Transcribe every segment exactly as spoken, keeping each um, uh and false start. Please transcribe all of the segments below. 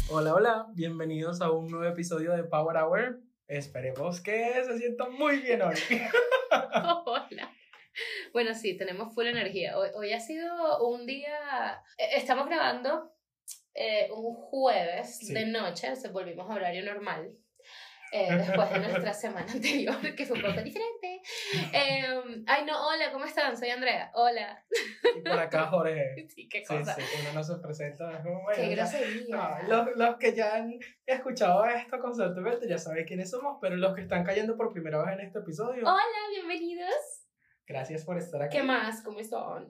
Hola, hola, bienvenidos a un nuevo episodio de Power Hour. Esperemos que se sientan muy bien hoy. Hola. Bueno, sí, tenemos full energía. Hoy, hoy ha sido un día... eh, Estamos grabando eh, un jueves Sí. de noche, se volvimos a horario normal. Eh, después de nuestra semana anterior, que fue un poco diferente. Eh, ay, no, hola, ¿cómo están? Soy Andrea. Hola. Y por acá Jorge. Sí, qué Sí, cosa. sí, uno no se presenta. Es como, bueno, Qué ya- grosería. no, los, los que ya han escuchado esto constantemente ya saben quiénes somos, pero los que están cayendo por primera vez en este episodio, Hola, bienvenidos. gracias por estar aquí. ¿Qué más? ¿Cómo están?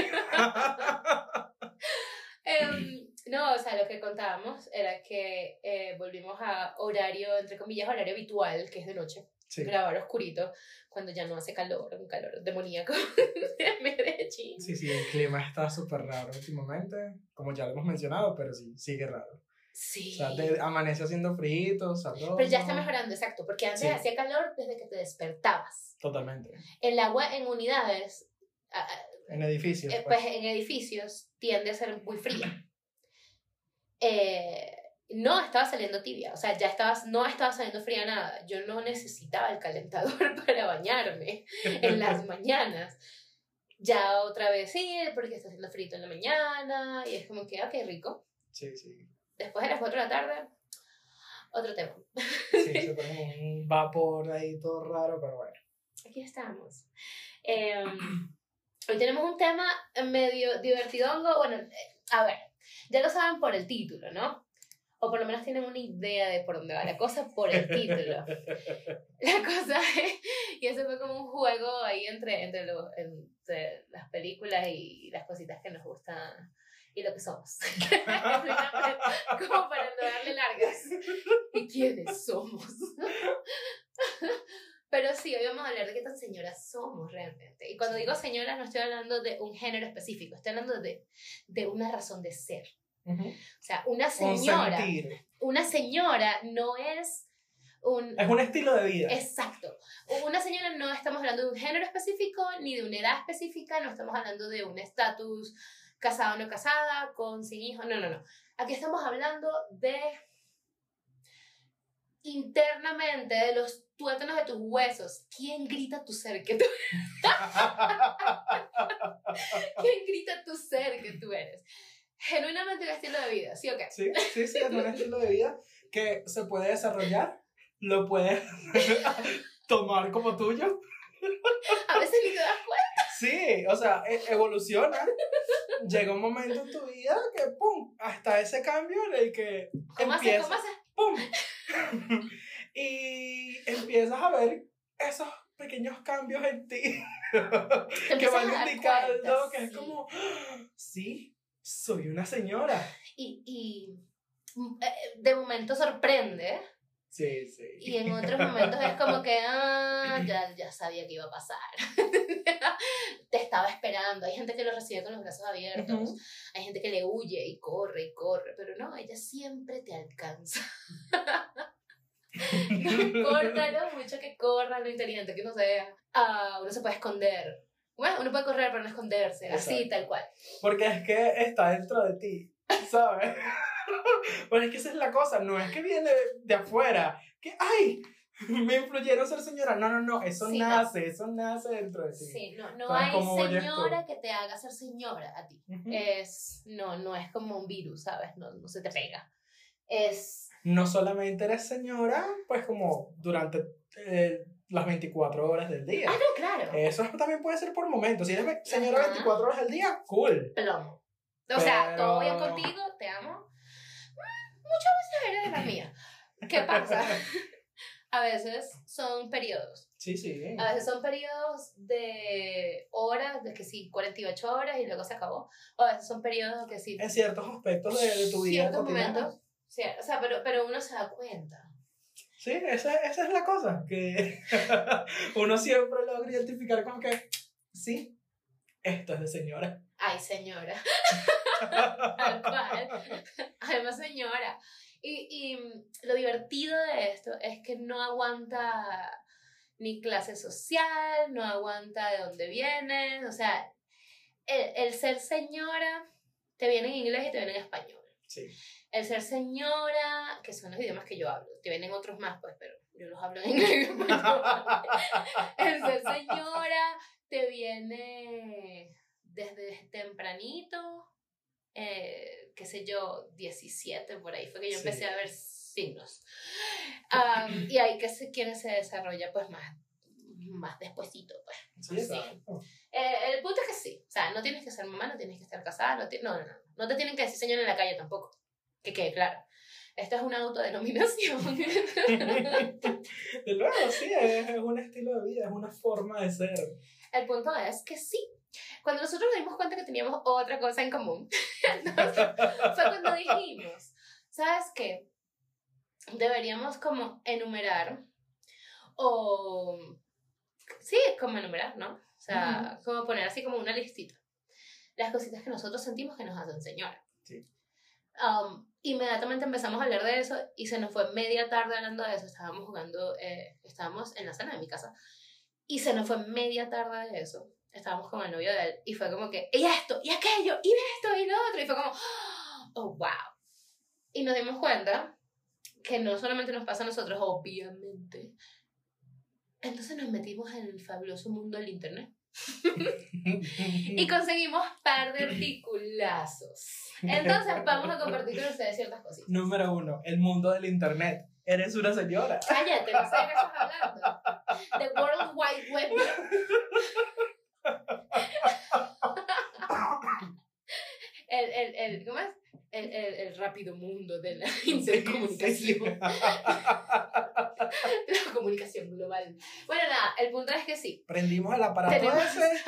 Um, no, o sea, lo que contábamos era que eh, volvimos a horario, entre comillas, horario habitual, que es de noche. Sí. Grabar oscurito, cuando ya no hace calor, un calor demoníaco en Medellín. Sí, sí, el clima está súper raro últimamente, como ya lo hemos mencionado, pero sí, sigue raro. Sí. O sea, te amanece haciendo frío, sabroso. Pero ya está mejorando, exacto, porque antes Sí. hacía calor desde que te despertabas. Totalmente. El agua en unidades, a- a- En edificios, eh, pues. pues en edificios, tiende a ser muy fría. Eh, no estaba saliendo tibia, o sea, ya estaba, no estaba saliendo fría nada. Yo no necesitaba el calentador para bañarme en las mañanas. Ya otra vez sí, porque está haciendo frito en la mañana, y es como que, ah, qué rico. Sí, sí. Después de las cuatro de la tarde, otro tema. Sí, se pone como un vapor ahí todo raro, pero bueno. Aquí estamos. Eh, hoy tenemos un tema medio divertidongo. Bueno, eh, a ver, ya lo saben por el título, ¿no? O por lo menos tienen una idea de por dónde va la cosa por el título. La cosa es, y eso fue como un juego ahí entre, entre, lo, entre las películas y las cositas que nos gustan y lo que somos. Como para no darle largas. ¿Y quiénes somos? Pero sí, hoy vamos a hablar de qué tan señoras somos realmente. Y cuando digo señoras no estoy hablando de un género específico, estoy hablando de, de una razón de ser. Uh-huh. O sea, una Un señora, sentir. una señora no es un... Es un estilo de vida. Exacto. Una señora no estamos hablando de un género específico, ni de una edad específica, no estamos hablando de un estatus casada o no casada, con, sin hijos, no, no, no. Aquí estamos hablando de internamente, de los tuétanos de tus huesos. ¿Quién grita tu ser que tú ¿Quién grita tu ser que tú eres? Genuinamente un estilo de vida, ¿sí o qué? Sí, sí, sí, es un estilo de vida que se puede desarrollar, lo puedes tomar como tuyo. A veces ni te das cuenta. Sí, o sea, e- evoluciona. Llega un momento en tu vida que, pum, hasta ese cambio en el que ¿Cómo haces? empiezas, ¿Cómo haces? pum, y empiezas a ver esos pequeños cambios en ti Te que empiezas van a dar indicando cuenta, que es sí. como, sí, soy una señora. Y, y eh, de momento sorprende. Sí, sí. Y en otros momentos es como que, ah, ya, ya sabía que iba a pasar. Te estaba esperando. Hay gente que lo recibe con los brazos abiertos. Uh-huh. Hay gente que le huye y corre y corre. Pero no, ella siempre te alcanza. No importa lo mucho que corra, lo inteligente que uno sea. Ah, uno se puede esconder. Bueno, uno puede correr pero no esconderse. Así, Exacto. tal cual. Porque es que está dentro de ti, ¿sabes? Pero es que esa es la cosa, no es que viene de afuera, que ¡ay! Me influyeron ser señora. No, no, no, eso Sí, nace, no. eso nace dentro de ti. Sí, no, no Entonces, hay ¿cómo oyes señora tú? que te haga ser señora a ti. Ujú. Es, no, no es como un virus, ¿sabes? No, no se te pega. Es, No solamente eres señora, pues como durante eh, las veinticuatro horas del día. ah, no, claro, Eso también puede ser por momentos. Si eres ve- señora Ajá. veinticuatro horas del día, cool. plomo. O sea, Pero- todo bien contigo, te amo. Mm, Muchas veces eres de la mía. ¿Qué pasa? A veces son periodos. Sí, sí. A veces son periodos de horas, de que sí, cuarenta y ocho horas y luego se acabó. O a veces son periodos que sí, En ciertos aspectos de, de tu vida ciertos cotidiana. momentos. Sí, o sea, pero, pero uno se da cuenta. Sí, esa, esa es la cosa, que uno siempre logra identificar como que, sí, esto es de señora. Ay, señora. Tal cual. Además, señora. Y, y lo divertido de esto es que no aguanta ni clase social, no aguanta de dónde vienes. O sea, el, el ser señora te viene en inglés y te viene en español. Sí. El ser señora, que son los idiomas que yo hablo. Te vienen otros más, pues, pero yo los hablo en inglés. El ser señora te viene desde tempranito, eh, qué sé yo, diecisiete, por ahí fue que yo Sí. empecé a ver signos. Um, y hay que se, quienes se desarrolla, pues, más, más despuesito, pues. Sí, así. exacto. Eh, el punto es que sí, o sea, no tienes que ser mamá, no tienes que estar casada, no, ti- no, no, no, no te tienen que decir señora en la calle tampoco, que quede claro. Esto es una autodenominación. De luego, sí, es, es un estilo de vida, es una forma de ser. El punto es que sí. Cuando nosotros nos dimos cuenta que teníamos otra cosa en común, entonces fue cuando dijimos, ¿sabes qué? Deberíamos como enumerar, o sí, como enumerar, ¿no? O sea, uh-huh. como poner así como una listita. Las cositas que nosotros sentimos que nos hacen señora. Sí. Um, inmediatamente empezamos a hablar de eso y se nos fue media tarde hablando de eso. Estábamos jugando, eh, estábamos en la cena de mi casa y se nos fue media tarde de eso. Estábamos con el novio de él y fue como que, y esto, y aquello, y esto, y lo otro. Y fue como, oh, wow. Y nos dimos cuenta que no solamente nos pasa a nosotros, obviamente. Entonces nos metimos en el fabuloso mundo del internet. Y conseguimos par de articulazos. Entonces vamos a compartir con ustedes ciertas cositas. Número uno, el mundo del internet. Eres una señora. Cállate, no sé de qué estás hablando. The World Wide Web. el, el, el, ¿cómo es? El, el, el rápido mundo de la intercomunicación. Sí, sí. La comunicación global. Bueno, nada, el punto es que sí. Prendimos el aparato Tenemos... ese.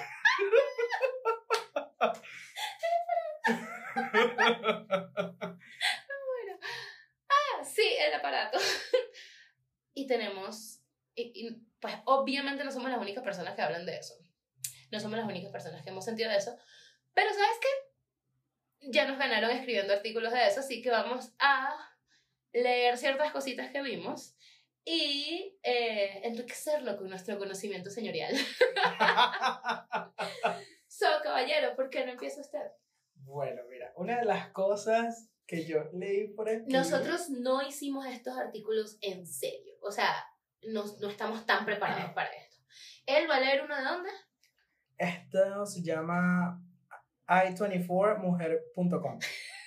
Bueno. Ah, sí, el aparato. Y tenemos... Y, y, pues obviamente no somos las únicas personas que hablan de eso. No somos las únicas personas que hemos sentido eso. Pero ¿sabes qué? Ya nos ganaron escribiendo artículos de eso, así que vamos a leer ciertas cositas que vimos y eh, enriquecerlo con nuestro conocimiento señorial. So, caballero, ¿por qué no empieza usted? Bueno, mira, una de las cosas que yo leí por aquí... Nosotros no hicimos estos artículos en serio, o sea, no, no estamos tan preparados para esto. ¿Él va a leer uno de dónde? Esto se llama i veinticuatro mujer punto com.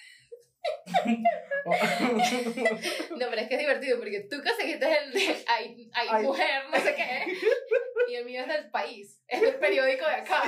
No, pero es que es divertido porque tú conseguiste el de hay, hay mujer, no sé qué, y el mío es del país, es del periódico de acá.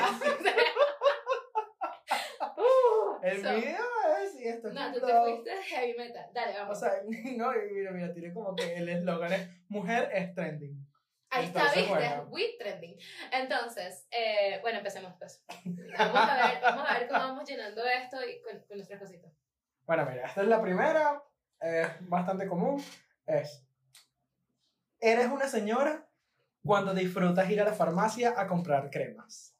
uh, el so, mío es, y esto es no, tú lo... te fuiste de heavy metal, dale, vamos. O sea, no, mira, mira, tiene como que el eslogan es mujer es trending. Ahí Entonces, está, ¿viste? bueno. We trending. Entonces, eh, bueno, empecemos pues. Vamos a ver, vamos a ver cómo vamos llenando esto y con, con nuestras cositas. Bueno, mira, esta es la primera, es eh, bastante común, es, eres una señora cuando disfrutas ir a la farmacia a comprar cremas.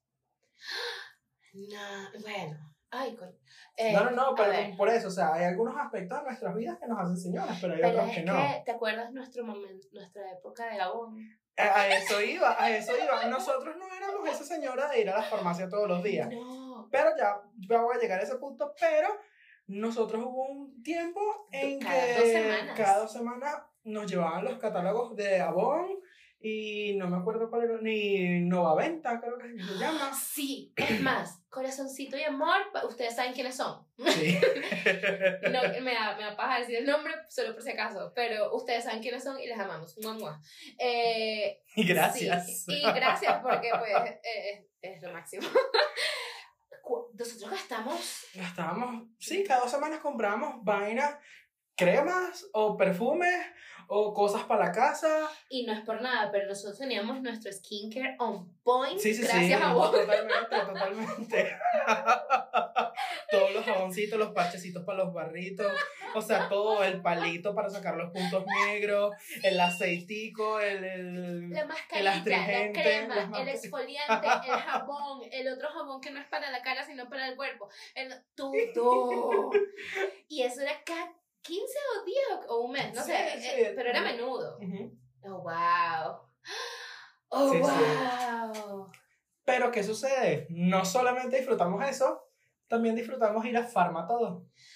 No, bueno, ay, coño. Eh, no, no, no, pero por eso, o sea, hay algunos aspectos de nuestras vidas que nos hacen señoras, pero hay pero otros es que, que no. ¿Te acuerdas nuestro momento, nuestra época de Gabón? A eso iba, a eso iba. Nosotros no éramos esa señora de ir a la farmacia todos los días. No. Pero ya, ya voy a llegar a ese punto, pero nosotros hubo un tiempo en cada que dos semanas. cada dos semanas nos llevaban los catálogos de Avon y no me acuerdo cuál era, ni Nova Venta, creo que se llama. Sí, es más, Corazoncito y Amor, ustedes saben quiénes son. Sí. No, me da, me da paja decir el nombre solo por si acaso, pero ustedes saben quiénes son y les amamos. Mua, mua. Eh, y gracias. Sí, y gracias porque pues eh, es, es lo máximo. Nosotros gastamos... Gastábamos, sí, cada dos semanas compramos vainas, cremas o perfumes o cosas para la casa. Y no es por nada, pero nosotros teníamos nuestro skincare on point. Sí, sí, gracias sí, a vos. Totalmente, totalmente. Todos los jaboncitos, los parchecitos para los barritos, o sea, todo, el palito para sacar los puntos negros, el aceitico, el, el la mascarilla, el la crema, el exfoliante, el jabón, el otro jabón que no es para la cara sino para el cuerpo, el todo. Y eso era cada quince o días o un mes, no sí, sé, sí, eh, pero era menudo. Uh-huh. Oh, wow. Oh, sí, wow. Sí. Pero, ¿qué sucede? No solamente disfrutamos eso, también disfrutamos ir a Farma todo.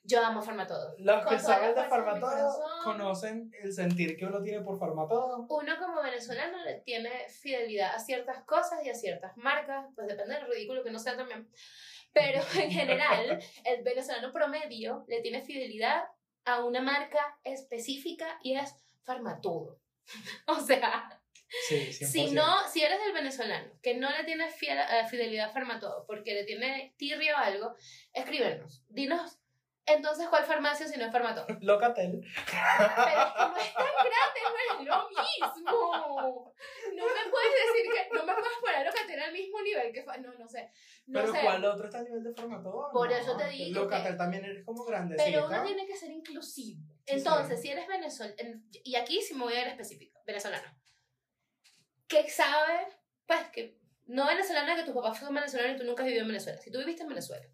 Yo amo Farmatodo. Los Con que toda la saben de fuerza de mi Farmatodo corazón. conocen el sentir que uno tiene por Farmatodo. Uno como venezolano le tiene fidelidad a ciertas cosas y a ciertas marcas, pues depende del ridículo que no sea también. Pero en general, el venezolano promedio le tiene fidelidad a una marca específica y es Farmatodo. O sea, Sí, cien por ciento. si no, si eres del venezolano que no le tienes fiel, uh, fidelidad a Farmatodo porque le tiene tirria o algo, escríbenos, dinos entonces cuál farmacia si no es Farmatodo. Locatel. Pero es que no es tan grande, no es lo mismo. No me puedes decir que no me puedes poner Locatel al mismo nivel que fa- no, no sé. No Pero sé. ¿cuál otro está a nivel de Farmatodo? Por No, eso te digo Locatel que- también eres como grandecito. Pero uno tiene que ser inclusivo. Entonces, si eres venezolano, y aquí sí me voy a ir específico, venezolano, que sabe, pues que no venezolana, que tus papás son venezolanos y tú nunca has vivido en Venezuela. Si tú viviste en Venezuela,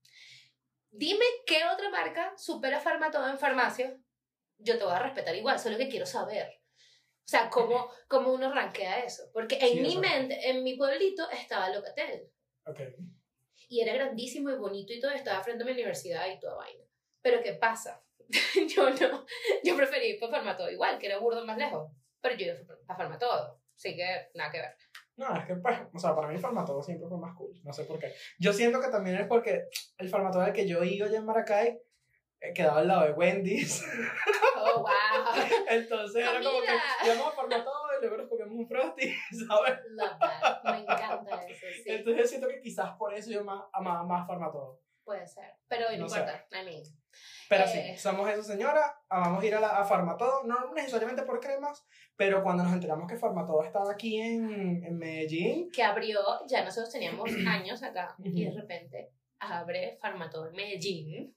dime qué otra marca supera Farmatodo en farmacia. Yo te voy a respetar igual, solo que quiero saber. O sea, cómo, cómo uno rankea eso. Porque en Sí, mi eso. mente, en mi pueblito, estaba Locatel. Ok. Y era grandísimo y bonito y todo, estaba frente a mi universidad y toda vaina. Pero ¿qué pasa? Yo no, yo preferí ir para Farmatodo igual, que era burdo más lejos. Pero yo iba para Farmatodo, así que nada que ver. No, es que, pues, o sea, para mí Farmatodo siempre fue más cool. No sé por qué. Yo siento que también es porque el Farmatodo al que yo iba allá en Maracay eh, quedaba al lado de Wendy's. Oh, wow. Entonces era como que ¡Comida! íbamos a Farmatodo y luego nos comíamos un Frosty, ¿sabes? Love that. Me encanta eso, sí. Entonces siento que quizás por eso yo más, amaba más Farmatodo. Puede ser. Pero no, No importa. I mean. Pero Eh. sí, somos esa señora, amamos ir a, la, a Farmatodo, no necesariamente por cremas, pero cuando nos enteramos que Farmatodo estaba aquí en, en Medellín, Que abrió, ya nosotros teníamos años acá, y de repente abre Farmatodo en Medellín.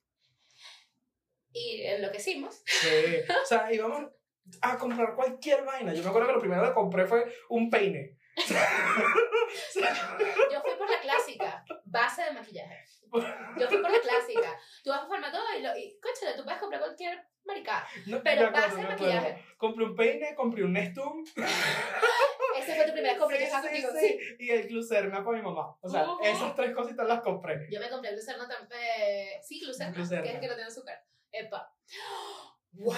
Y enloquecimos. sí, o sea, íbamos a comprar cualquier vaina. Yo me acuerdo que lo primero que compré fue un peine. Yo fui por la clásica, base de maquillaje. Yo fui por la clásica. Tú vas a Farmatodo y, lo, y cónchale, tú puedes comprar cualquier maricada. No, Pero me acuerdo, base de me acuerdo. maquillaje. Compré un peine, compré un Nestum. Esa fue tu primera compra, Sí, yo estaba sí, contigo, sí. sí. Y el Glucerna para mi mamá. O sea, Ujú. esas tres cositas las compré. Yo me compré el Lucerna también. Eh, sí, Lucerna, Glucerna. que es el que no tiene azúcar. Epa. ¡Wow!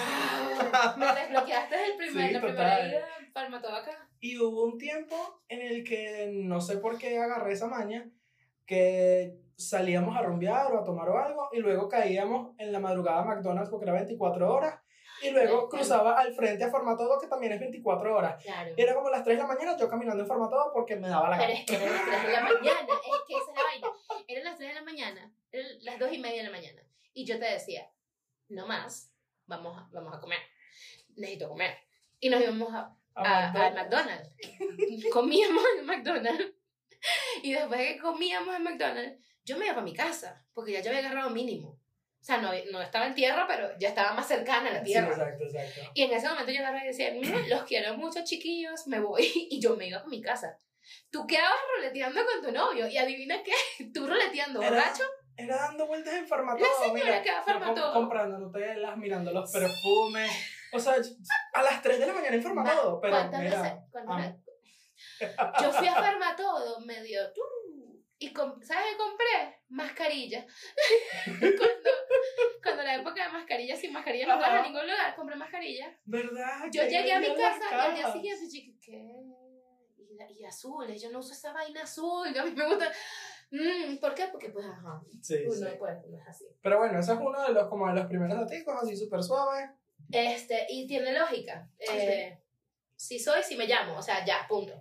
Me desbloqueaste el primer, Sí, la total. primera ida a Farmatodo acá. Y hubo un tiempo en el que no sé por qué agarré esa maña, que salíamos a rumbear o a tomar o algo, y luego caíamos en la madrugada a McDonald's porque era veinticuatro horas, y luego Claro. cruzaba al frente a Farmatodo, que también es veinticuatro horas. Claro. Y era como las tres de la mañana, yo caminando en Farmatodo porque me daba la Pero gana. es que eran las tres de la mañana, es que esa es la vaina. Eran las tres de la mañana, eran las dos y media de la mañana. Y yo te decía, no más, vamos a, vamos a comer. Necesito comer. Y nos íbamos a, a, a McDonald's. Comíamos en McDonald's. Y después de que comíamos en McDonald's, yo me iba para mi casa, porque ya yo había agarrado mínimo. O sea, no, no estaba en tierra, pero ya estaba más cercana a la Sí, tierra. exacto, exacto. Y en ese momento yo agarré y decía, "Mm, los quiero mucho, chiquillos, me voy". Y yo me iba para mi casa. Tú quedabas roleteando con tu novio. Y adivina qué, tú roleteando, Era- borracho. Era dando vueltas en Farmatodo. La señora mira, que va a yo Farmatodo. com- comprando Nutellas, mirando los perfumes. O sea, a las tres de la mañana en Farmatodo. Pero ¿Cuántas mira, veces? ¿Cuántas am- veces? Yo fui a Farmatodo medio tú. Y com- ¿sabes qué compré? Mascarillas. cuando, cuando la época de mascarillas, sin mascarillas no vas a Ajá. ningún lugar, compré mascarillas. ¿verdad? Yo Que llegué a mi vendían las casa y al día cajas. siguiente dije, ¿qué? Y, la- y azules, yo no uso esa vaina azul, a mí me gusta. Mm, ¿Por qué? Porque pues, ajá, Sí, uno sí. pues, no es así. Pero bueno, ese es uno de los, como de los primeros daticos, así súper suave. Este, y tiene lógica. Eh, si soy, si me llamo, o sea, ya, punto.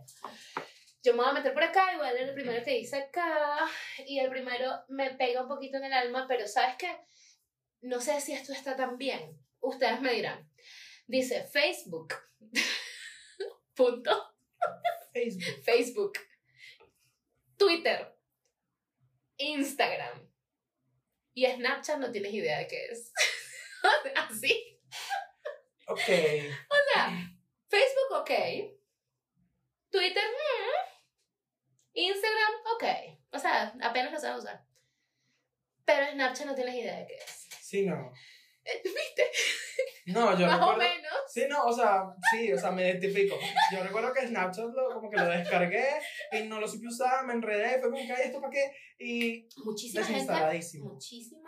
Yo me voy a meter por acá y voy a leer el primero que dice acá. Y el primero me pega un poquito en el alma, pero ¿sabes qué? No sé si esto está tan bien. Ustedes me dirán. Dice Facebook. Punto. Facebook. Facebook. Twitter. Instagram. Y Snapchat no tienes idea de qué es. Así. Ok. O sea, Facebook, ok. Twitter, mm. Instagram, ok. O sea, apenas lo sabes usar. Pero Snapchat no tienes idea de qué es. Sí, no. ¿Viste? No, yo Más o recuerdo... menos. Sí, no, o sea, sí, o sea, me identifico. Yo recuerdo que Snapchat lo, como que lo descargué y no lo supe usar, me enredé, fue como que, "Ay, ¿esto para qué?" Y Muchísima gente, desinstaladísimo. muchísima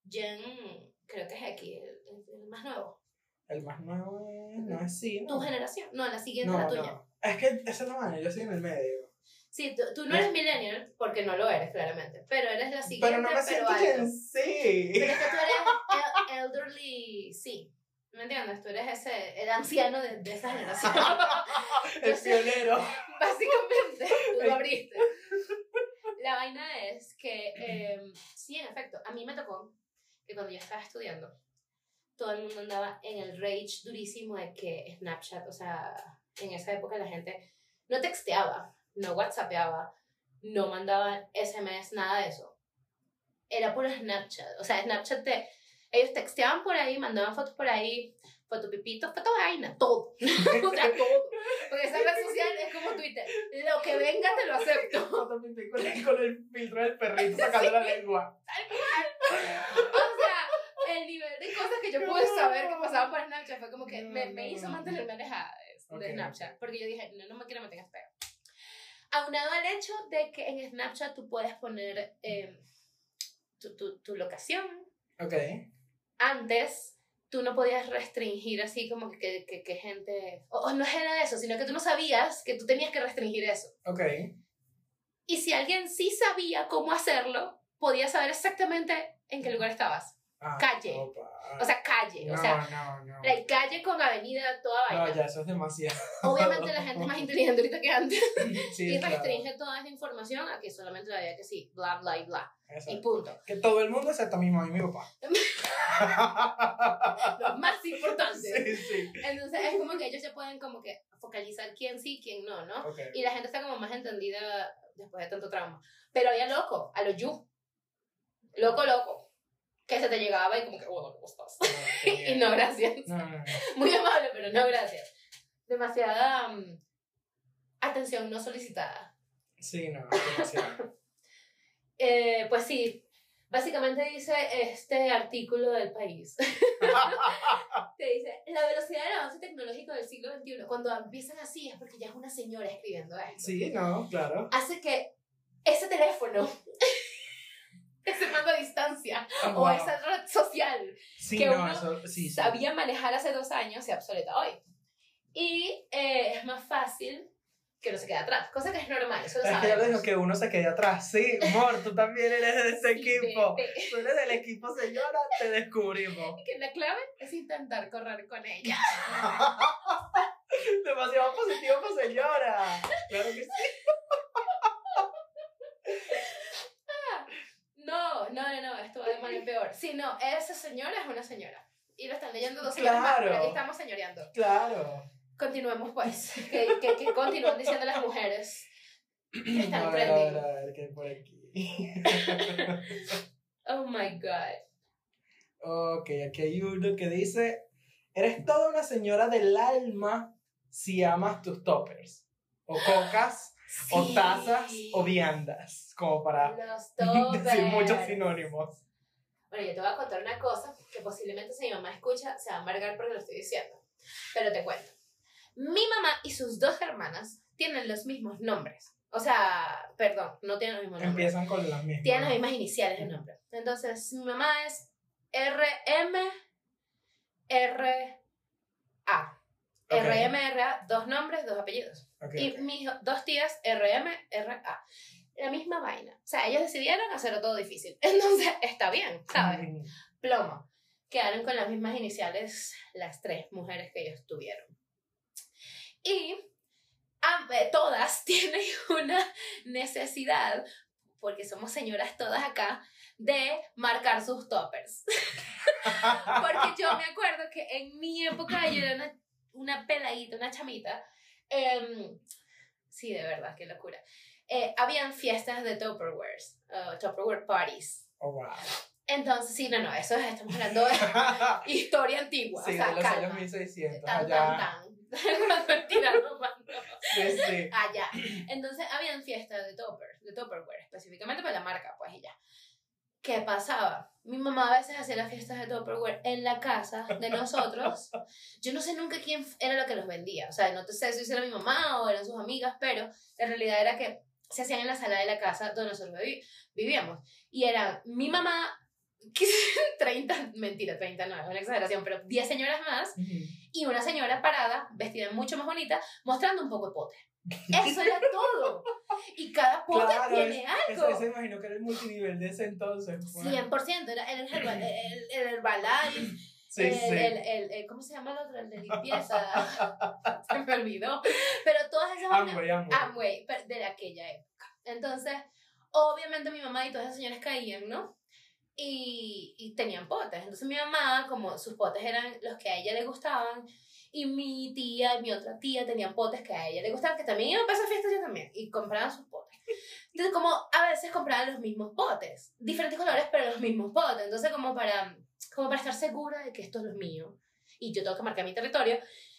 Gen, creo que es X, el, el, el más nuevo. El más nuevo es, no es sí, ¿no? ¿Tu generación? No, la siguiente no, es la tuya. No. Es que ese no es, yo estoy en el medio. Sí, tú, tú no eres millennial, porque no lo eres, claramente. Pero eres la siguiente, pero no me siento Gen Z. Pero es que tú eres el, elderly, sí. ¿Me entiendes? Tú eres ese, el anciano de, de esa generación. El pionero. Básicamente, tú lo abriste. La vaina es que, eh, sí, en efecto, a mí me tocó que cuando yo estaba estudiando, todo el mundo andaba en el rage durísimo de que Snapchat, o sea, en esa época la gente no texteaba, no whatsappeaba, no mandaba S M S, nada de eso. Era puro Snapchat. O sea, Snapchat te... Ellos texteaban por ahí, mandaban fotos por ahí, fotopipito, foto vaina, todo. O sea, todo. Porque esa red social es como Twitter. Lo que venga te lo acepto. Fotopipí con el, con el filtro del perrito sacando la lengua. Tal cual. O sea, el nivel de cosas que yo pude saber que pasaban por Snapchat fue como que me, me hizo mantenerme alejada de, de Snapchat. Porque yo dije, no, no me quiero meter en este. Aunado al hecho de que en Snapchat tú puedes poner eh, tu, tu, tu locación. Ok. Antes tú no podías restringir así como que, que, que, que gente... O, o no era eso, sino que tú no sabías que tú tenías que restringir eso. Ok. Y si alguien sí sabía cómo hacerlo, podía saber exactamente en qué lugar estabas. Ah, calle. Opa. O sea, calle. No, o sea, no, no. La calle con avenida, toda vaina. No, ya, eso es demasiado. Obviamente la gente es más inteligente ahorita que antes. Sí, y restringe claro. toda esa información a que solamente la había que sí, bla, bla y bla. Exacto. Y punto. Que todo el mundo, excepto mi mamá y mi papá. Los más importantes. Sí, sí. Entonces es como que ellos se pueden como que focalizar quién sí, quién no, ¿no? Okay. Y la gente está como más entendida después de tanto trauma. Pero había loco, a los you. Loco, loco. Que se te llegaba y como que, bueno, ¿cómo estás? No, y no, gracias. No, no, no. Muy amable, pero no, gracias. Demasiada um, atención no solicitada. Sí, no, demasiado. eh, pues sí, básicamente dice este artículo del País. Te dice, la velocidad del avance tecnológico del siglo veintiuno, cuando empiezan así es porque ya es una señora escribiendo esto. Sí, no, claro. Hace que ese teléfono... ese mando a distancia, oh, wow. O esa red social sí, que no, uno eso, sí, sí. sabía manejar hace dos años se obsoleta hoy. Y eh, es más fácil que uno se quede atrás, cosa que es normal, eso lo es sabemos. que yo le digo que uno se quede atrás. Sí, amor, tú también eres de ese sí, equipo. Bebé. Tú eres del equipo, señora, te descubrimos. Y que la clave es intentar correr con ella. Demasiado positivo para señora. Claro que sí. No, no, no, no, esto va de mal en peor. Sí, no, esa señora es una señora. Y lo están leyendo dos señoras claro. más, pero aquí estamos señoreando. Claro. Continuemos, pues. Que, que, que continúen diciendo las mujeres que están a ver, trending. A ver, a ver, ¿qué hay por aquí? Oh my God. Ok, aquí hay uno que dice: eres toda una señora del alma si amas tus toppers. O cocas. Sí. O tazas o viandas, como para decir muchos sinónimos. Bueno, yo te voy a contar una cosa que posiblemente si mi mamá escucha se va a amargar porque lo estoy diciendo. Pero te cuento. Mi mamá y sus dos hermanas tienen los mismos nombres. O sea, perdón, no tienen los mismos nombres. Empiezan con las mismas. Tienen las mismas iniciales de nombre. Entonces, mi mamá es R M R A. Okay. R M R A, dos nombres, dos apellidos. Okay, y okay. mis dos tías, R M R A. La misma vaina. O sea, ellos decidieron hacerlo todo difícil. Entonces, está bien, ¿sabes? Mm. Plomo. Quedaron con las mismas iniciales las tres mujeres que ellos tuvieron. Y eh, todas tienen una necesidad, porque somos señoras todas acá, de marcar sus toppers. Porque yo me acuerdo que en mi época yo era una, una peladita, una chamita. Um, sí, de verdad, qué locura. Eh, habían fiestas de Tupperwares, uh, Tupperware parties. Oh, wow. Entonces, sí, no, no, eso es, estamos hablando de historia antigua. Sí, o sea, de los calma. años mil seiscientos. Tan, allá. tan, tan. Mentira, no, no. Sí, sí. Allá. Entonces, habían fiestas de Tupper, de Tupperware, específicamente para la marca, pues, y ya. ¿Qué pasaba? Mi mamá a veces hacía las fiestas de Tupperware en la casa de nosotros. Yo no sé nunca quién era lo que los vendía. O sea, no sé si era mi mamá o eran sus amigas, pero la realidad era que se hacían en la sala de la casa donde nosotros vivíamos. Y era mi mamá, treinta, mentira, treinta no, es una exageración, pero diez señoras más Ujú. y una señora parada, vestida mucho más bonita, mostrando un poco de pote. Eso era todo. Y cada pote Claro, tiene es- algo. Ese, ese imagino que era el multinivel de ese entonces. pues. cien por ciento, era el, Herbal- el, el Herbalife, Sí, el, sí. el, el, el- ¿cómo se llama el otro? El de limpieza. Se me olvidó. Pero todas esas vainas- Amway, Amway. Amway, pero de aquella época. Entonces, obviamente mi mamá y todas esas señoras caían, ¿no? Y, y tenían potes. Entonces mi mamá, como sus potes eran los que a ella le gustaban, y mi tía y mi otra tía tenían potes que a ella le gustaban, que también iban para esas fiestas yo también, y compraban sus potes. Entonces como a veces compraban los mismos potes, diferentes colores, pero los mismos potes. Entonces como para, como para estar segura de que esto es lo mío, y yo tengo que marcar mi territorio,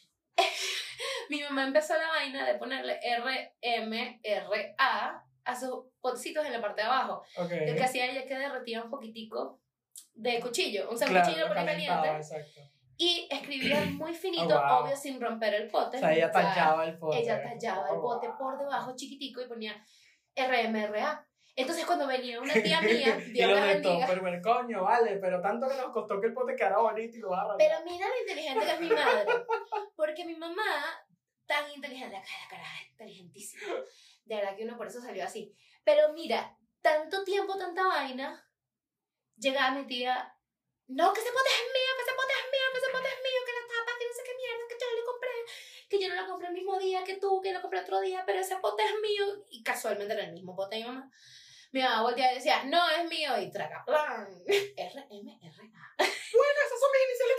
mi mamá empezó la vaina de ponerle R M R A a sus potecitos en la parte de abajo. Ok. Lo que hacía ella es que derretía un poquitico de cuchillo, un Claro, cuchillo por ahí calentaba, caliente, exacto. y escribía muy finito, Oh, wow. obvio sin romper el pote. O sea, ella O sea, tallaba el pote. ella tallaba el Oh, pote wow. por debajo chiquitico y ponía R M R A. Entonces cuando venía una tía mía, Y Dios lo la de bendiga, Tupperware, coño, vale, pero tanto que nos costó que el pote quedara bonito y lo vas a rayar. pero mira lo inteligente que es mi madre, porque mi mamá, tan inteligente, la cara, caraja, inteligentísima, de verdad que uno por eso salió así, pero mira, tanto tiempo, tanta vaina, llegaba mi tía, no, que ese pote es mío, que ese pote es mío, que ese pote es mío, que la tapa, que no sé qué mierda, que yo lo compré, que yo no lo compré el mismo día que tú, que lo compré otro día, pero ese pote es mío, y casualmente era el mismo pote de mi mamá. Mi mamá volteaba y decía, no, es mío, y traga, plan, R M R A. Bueno, esas son mis iniciales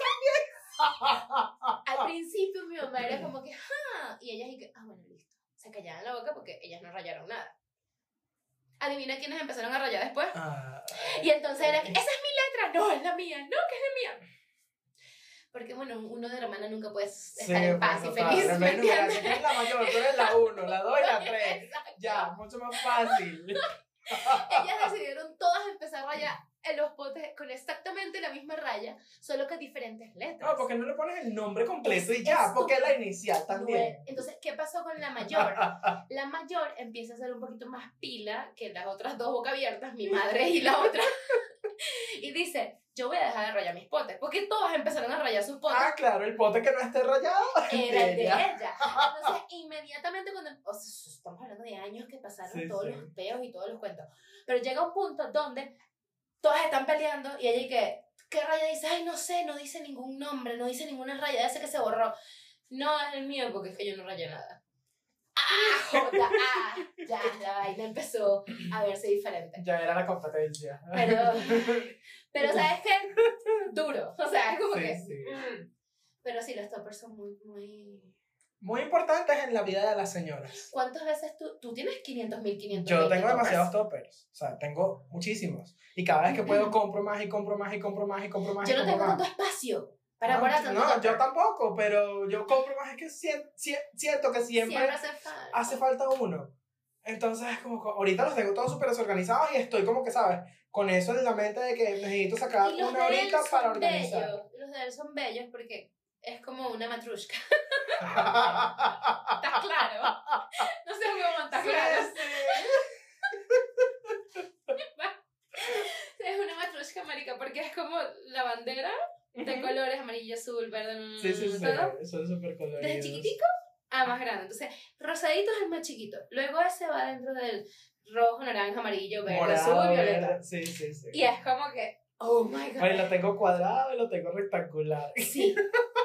también. Al principio mi mamá era como que, ah, y ellas y que, ah, bueno, listo. Se callaban la boca porque ellas no rayaron nada. Adivina quiénes empezaron a rayar después. Ah, Y entonces era que, esa es mi letra, no, es la mía, no, que es la mía. Porque bueno, uno de hermana nunca puede estar en paz y total. feliz, En ¿me vez de numerar, entiendes? tú eres la mayor, tú eres la uno, la dos y la tres. Exacto. Ya, mucho más fácil. Ellas decidieron todas empezar a rayar en los potes con exactamente la misma raya, solo que diferentes letras. No, porque no le pones el nombre completo y Es ya, porque es la estúpido. inicial también. Entonces, ¿qué pasó con la mayor? La mayor empieza a ser un poquito más pila que las otras dos boca abiertas, mi madre y la otra. Y dice, yo voy a dejar de rayar mis potes, porque todas empezaron a rayar sus potes. Ah, claro, el pote que no esté rayado. Era el de ella. ella. Entonces, inmediatamente cuando... O sea, estamos hablando de años que pasaron Sí, todos sí. los peos y todos los cuentos. Pero llega un punto donde todas están peleando y ella y que... ¿Qué raya dice? Ay, no sé, no dice ningún nombre, no dice ninguna raya, ese que se borró. No, es el mío porque es que yo no rayé nada. ¡Ah, joda! ¡Ah! Ya, la vaina empezó a verse diferente. Ya era la competencia. Pero, pero ¿sabes qué? Duro. O sea, es como Sí, que... sí. mm. Pero sí, los toppers son muy, muy... Muy importantes en la vida de las señoras. ¿Cuántas veces tú, tú tienes quinientos mil quinientos? Yo tengo demasiados toppers. O sea, tengo muchísimos. Y cada vez que puedo compro más y compro más y compro más y compro más. Yo y no compro tengo más. tanto espacio para no, guardar tanto No, topper. yo tampoco, pero yo compro más. Es que sien- sien- siento que siempre, Siempre hace falta. hace falta uno. Entonces, es como, ahorita los tengo todos súper desorganizados y estoy como que, ¿sabes? Con eso en la mente de que necesito sacar Y los una de él horita para son organizar. bellos. Los de él son bellos porque es como una matrushka. ¿Estás claro? No sé cómo está claro. Es una matrushka, marica, porque es como la bandera de colores amarillo, azul, verde, Sí, sí, sí. todo. Son súper coloridos. Desde chiquitico a más grande. Entonces, rosadito es el más chiquito. Luego ese va dentro del rojo, naranja, amarillo, verde, Morado, azul, violeta. verde. Sí, sí, sí. Y es como que, oh my god. Ay, lo tengo cuadrado y lo tengo rectangular. Sí.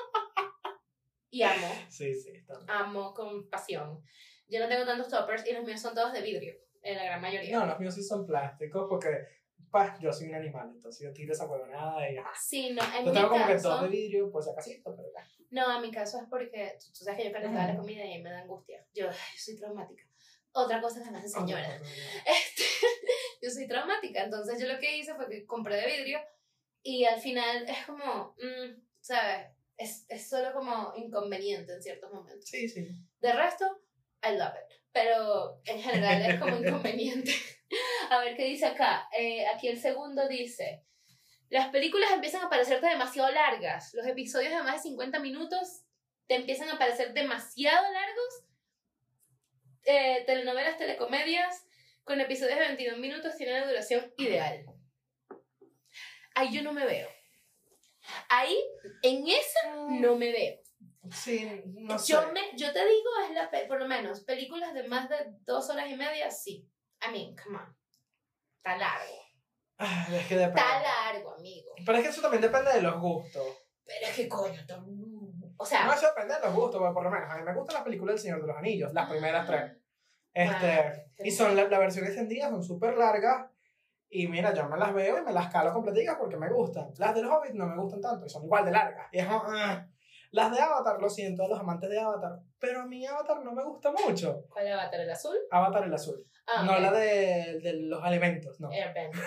Y amo, Sí, sí, está bien. amo con pasión. Yo no tengo tantos toppers y los míos son todos de vidrio, en la gran mayoría. No, los míos sí son plásticos porque, pues, yo soy un animal, entonces yo tiro esa huevonada y ajá. Sí, no, en Yo mi tengo como que caso... dos de vidrio, por si acaso, pero ya. No, en mi caso es porque tú, tú sabes que yo calentaba la comida y me da angustia. Yo, ay, yo soy traumática. Otra cosa que me hace señora. Este, yo soy traumática, entonces yo lo que hice fue que compré de vidrio y al final es como, mm, ¿sabes? Es, es solo como inconveniente en ciertos momentos. Sí, sí. De resto, I love it. Pero en general es como inconveniente. A ver qué dice acá. Eh, aquí el segundo dice: las películas empiezan a parecerte demasiado largas. Los episodios de más de cincuenta minutos te empiezan a parecer demasiado largos. Eh, telenovelas, telecomedias con episodios de veintidós minutos tienen la duración ideal. ahí yo no me veo. Ahí, en esa, no me veo. Sí, no sé. Yo, me, yo te digo, es la, pe- por lo menos, películas de más de dos horas y media, sí. I mean, come on. Está largo. Ah, es que depende. Está largo, amigo. Pero es que eso también depende de los gustos. Pero es que coño, todo- o sea... No, eso depende de los gustos, porque por lo menos a mí me gustan las películas del Señor de los Anillos, las primeras tres. Este, Wow. y son la, la versión extendida, son súper largas. Y mira, yo me las veo y me las calo completicas porque me gustan. Las del Hobbit no me gustan tanto y son igual de largas. Y es como, ah. Las de Avatar, lo siento a los amantes de Avatar, pero a mí Avatar no me gusta mucho. ¿Cuál es Avatar? ¿El azul? Avatar el azul. Ah, No ok. la de, de los alimentos, no. Airbender.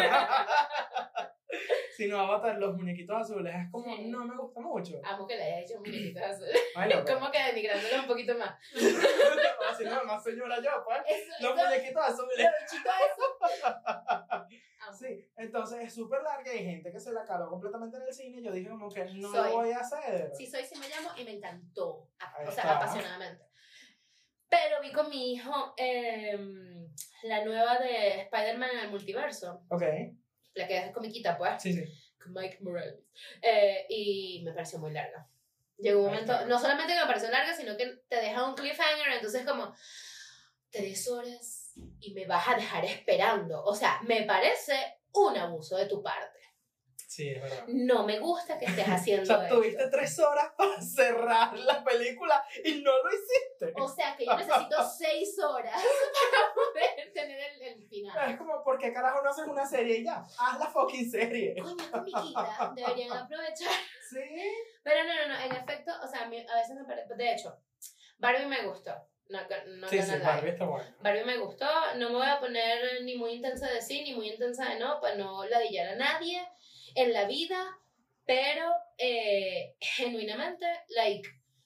Sino Avatar, los muñequitos azules. Es como, Sí. no me gusta mucho. Amo que le haya hecho muñequitos azules. Bueno, pero- Como que denigrándolo un poquito más. Así no, más señora yo, pues. Eso, Los eso, muñequitos azules. los bichitos esos. Amo. Sí, entonces es súper larga y hay gente que se la caló completamente en el cine. Yo dije como que no Soy. lo voy a hacer. Sí soy, sí me llamo y me encantó. A- Ahí O sea, está. apasionadamente. Pero vi con mi hijo eh, la nueva de Spider-Man en el multiverso. Ok, La que es comiquita, pues. sí, sí. Con Mike Morales. Eh, y me pareció muy larga. Llegó un Ahí momento, está. no solamente que me pareció larga, sino que te deja un cliffhanger, entonces como tres horas y me vas a dejar esperando. O sea, me parece un abuso de tu parte. Sí, es verdad. No me gusta que estés O haciendo sea, esto. tuviste tres horas para cerrar la película y no lo hiciste. O sea, que yo necesito seis horas para poder tener el, el final. Es como, ¿por qué carajo no haces una serie y ya? Haz la fucking serie. Coño, comiquita, deberían aprovechar. Sí. Pero no, no, no, en efecto, o sea, a, mí, a veces me parece, de hecho, Barbie me gustó. No, no, Sí, no, sí, no, no. Barbie está bueno. Barbie me gustó, no me voy a poner ni muy intensa de sí, ni muy intensa de no, pues no ladillar a nadie en la vida, pero eh, genuinamente, like,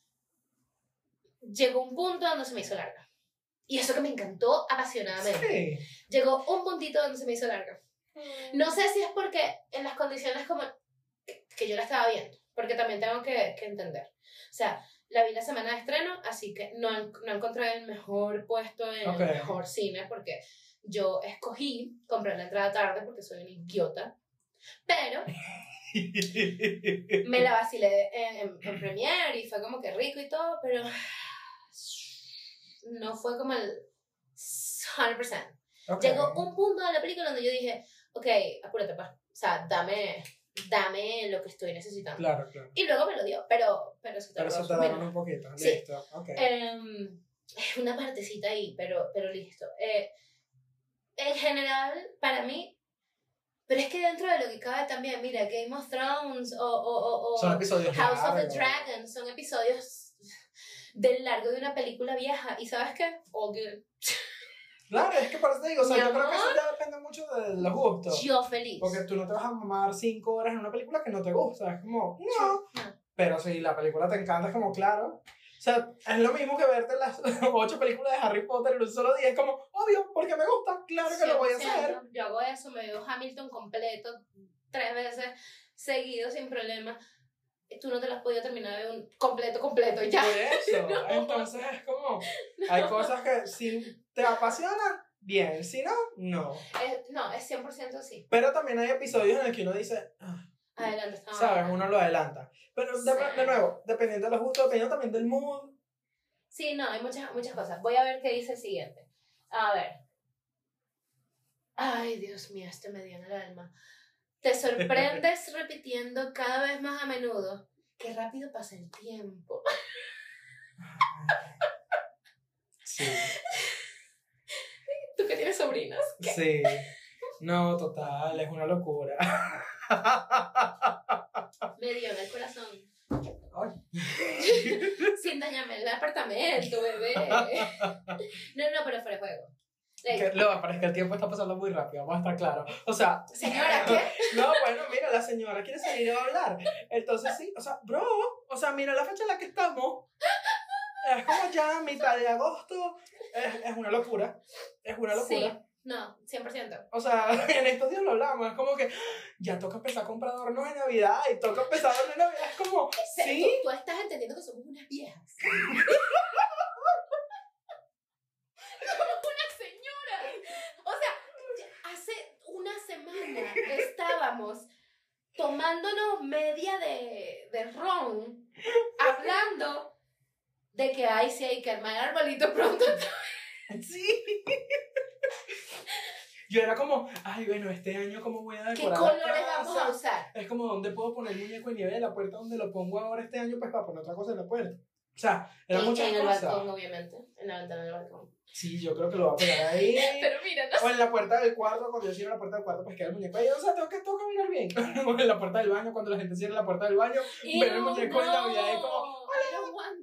llegó un punto donde se me hizo larga. Y eso que me encantó apasionadamente. Sí. Llegó un puntito donde se me hizo larga. No sé si es porque en las condiciones como que, que yo la estaba viendo, porque también tengo que, que entender. O sea, la vi la semana de estreno, así que no, en- no encontré el mejor puesto en Ok. el mejor cine, porque yo escogí comprar la entrada tarde porque soy una idiota, pero me la vacilé en, en, en Premiere y fue como que rico y todo, pero no fue como el cien por ciento. Ok. Llegó un punto de la película donde yo dije, ok, apúrate, pues. O sea, dame, dame lo que estoy necesitando. Claro, claro. Y luego me lo dio, pero, pero eso te Pero lo eso te puedo daron resumir. un poquito. Sí. Listo. Ok. Em, es una partecita ahí, pero, pero listo. Eh, en general, para mí, pero es que dentro de lo que cabe también, mira, Game of Thrones o, o, o, o Son episodios House of the largos. Dragon son episodios del largo de una película vieja. ¿Y sabes qué? All good. Claro, es que por eso te digo, o sea, Mi yo creo que eso amor. ya depende mucho de los gustos. Yo feliz. Porque tú no te vas a mamar cinco horas en una película que no te gusta. Es como, no. No. Pero si la película te encanta, es como, claro. O sea, es lo mismo que verte las ocho películas de Harry Potter en un solo día. Es como, obvio, porque me gusta, claro que lo voy a cien por ciento. hacer. Yo hago eso, me veo Hamilton completo tres veces seguido sin problema. Tú no te las has podido terminar de un completo, completo y ya. Por eso. No. Entonces es como, hay cosas que si te apasionan, bien. Si no, no. Es- no, es cien por ciento sí. Pero también hay episodios en el que uno dice, ah, Adelante, está ¿sabes? mal. Uno lo adelanta. Pero de, Sí. de nuevo, dependiendo de los gustos, dependiendo también del mood. Sí, no, hay muchas, muchas cosas. Voy a ver qué dice el siguiente. A ver. Ay, Dios mío, este me dio en el alma. Te sorprendes repitiendo cada vez más a menudo. Qué rápido pasa el tiempo. Sí. Tú que tienes sobrinas. ¿Qué? Sí. No, total, es una locura. Me dio en el corazón. Ay. Sin dañarme el apartamento, bebé. No, no, pero fuera de juego. Like, Que, no, pero es que el tiempo está pasando muy rápido, vamos a estar claros. O sea, señora, ¿qué? no, bueno, mira, la señora quiere salir a hablar. Entonces sí, o sea, bro, o sea, mira la fecha en la que estamos. Es como ya mitad de agosto. Es, es una locura. Es una locura. Sí, no, cien por ciento. O sea, en estos días lo hablamos. Es como que ya toca empezar a comprar adornos de Navidad y toca empezar a adornos de Navidad. Es como, sí. Tú, tú estás entendiendo que somos unas viejas. Somos unas señoras. O sea, hace una semana estábamos tomándonos media de, de ron, hablando de que ay, sí hay que armar arbolito pronto. Sí. Yo era como, ay, bueno, este año cómo voy a ¿Qué decorar colores la casa? vamos a usar? Es como, ¿dónde puedo poner el muñeco de nieve de la puerta donde lo pongo ahora este año? Pues para poner otra cosa en la puerta. O sea, eran En, muchas en el cosas. balcón, obviamente. En la ventana del balcón. Sí, yo creo que lo voy a pegar ahí. Pero mira, no O en la puerta del cuarto, cuando yo cierro la puerta del cuarto, pues queda el muñeco ahí. O sea, tengo que, tengo que mirar bien. O en la puerta del baño, cuando la gente cierra la puerta del baño, ver el muñeco de Navidad y como... I don't want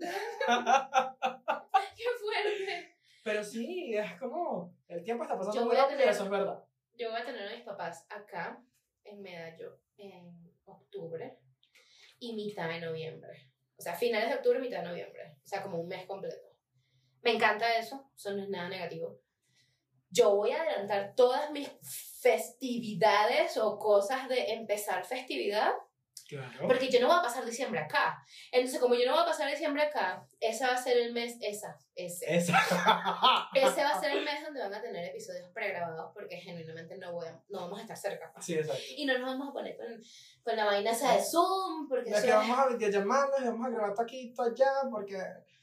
that. ¡Qué fuerte! Pero sí, es como... El tiempo está pasando Yo muy voy a rápido y tener- eso es verdad. Yo voy a tener a mis papás acá, en Medallo, en octubre y mitad de noviembre. O sea, finales de octubre, mitad de noviembre. O sea, como un mes completo. Me encanta eso, eso no es nada negativo. Yo voy a adelantar todas mis festividades o cosas de empezar festividad, Claro. porque yo no voy a pasar diciembre acá. Entonces, como yo no voy a pasar diciembre acá, ese va a ser el mes, esa, ese. Esa. Ese va a ser el mes donde van a tener episodios pregrabados, porque genuinamente no, voy a- no vamos a estar cerca. Sí, exacto. Y no nos vamos a poner con, con la vaina esa de Zoom, porque Ya eso que es- vamos a videollamarnos y vamos a grabar todo aquí, todo allá, porque...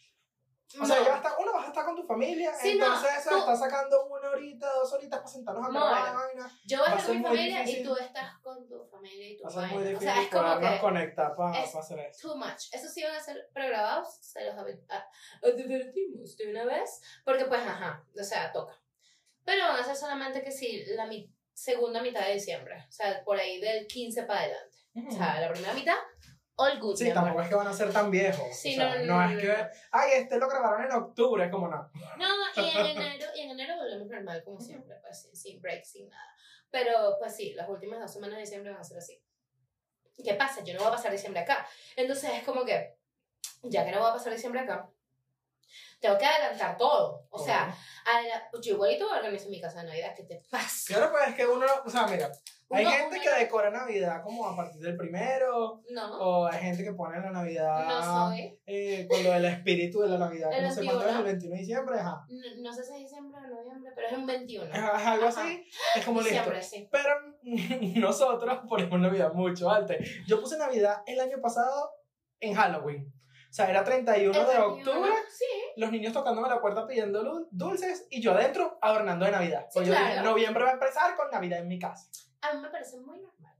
O No. sea, ya va a estar, uno vas a estar con tu familia, Sí, no, entonces eso tú- está sacando una horita, dos horitas para sentarnos a No, grabar la no. vaina. Yo voy a va a estar con mi ser muy familia y difícil. tú estás con tu familia y tu Va a ser muy vaina. O difícil sea, es como podernos que conectar para es hacer eso. too much. Eso sí van a ser pregrabados, se los ave- a- advertimos de una vez, porque pues ajá, o sea, toca. Pero van a ser solamente que sí, la mi- segunda mitad de diciembre, o sea, por ahí del quince para adelante. O sea, la primera mitad, all good. Sí, mi amor. tampoco es que van a ser tan viejos. Sí, o sea, no, no, no, no, es no, que, no. ay, este lo grabaron en octubre, es como no. No, y en enero, y en enero volvemos normal como siempre, pues sin, sin break, sin nada. Pero pues sí, las últimas dos semanas de diciembre van a ser así. ¿Qué pasa? Yo no voy a pasar diciembre acá. Entonces es como que, ya que no voy a pasar diciembre acá, tengo que adelantar todo. O sea, adela- yo igualito organizo mi casa de Navidad. ¿Qué te pasa? Claro, pues es que uno, o sea, mira, hay Uno- gente uno- que decora Navidad como a partir del primero, No, o hay gente que pone la Navidad no soy. eh, con lo del espíritu de la Navidad, que El no sé cuándo es, el veintiuno. veintiuno de diciembre, ajá. No, no sé si es diciembre o noviembre, pero es un veintiuno. Es algo Ajá. así, es como listo. Diciembre, sí. Pero nosotros ponemos Navidad mucho antes. Yo puse Navidad el año pasado en Halloween. O sea, era treinta y uno El de veintiuno, octubre, Sí. los niños tocándome la puerta pidiendo lu- dulces y yo adentro adornando de Navidad. Sí, Pues yo dije, claro. noviembre va a empezar con Navidad en mi casa. A mí me parece muy normal.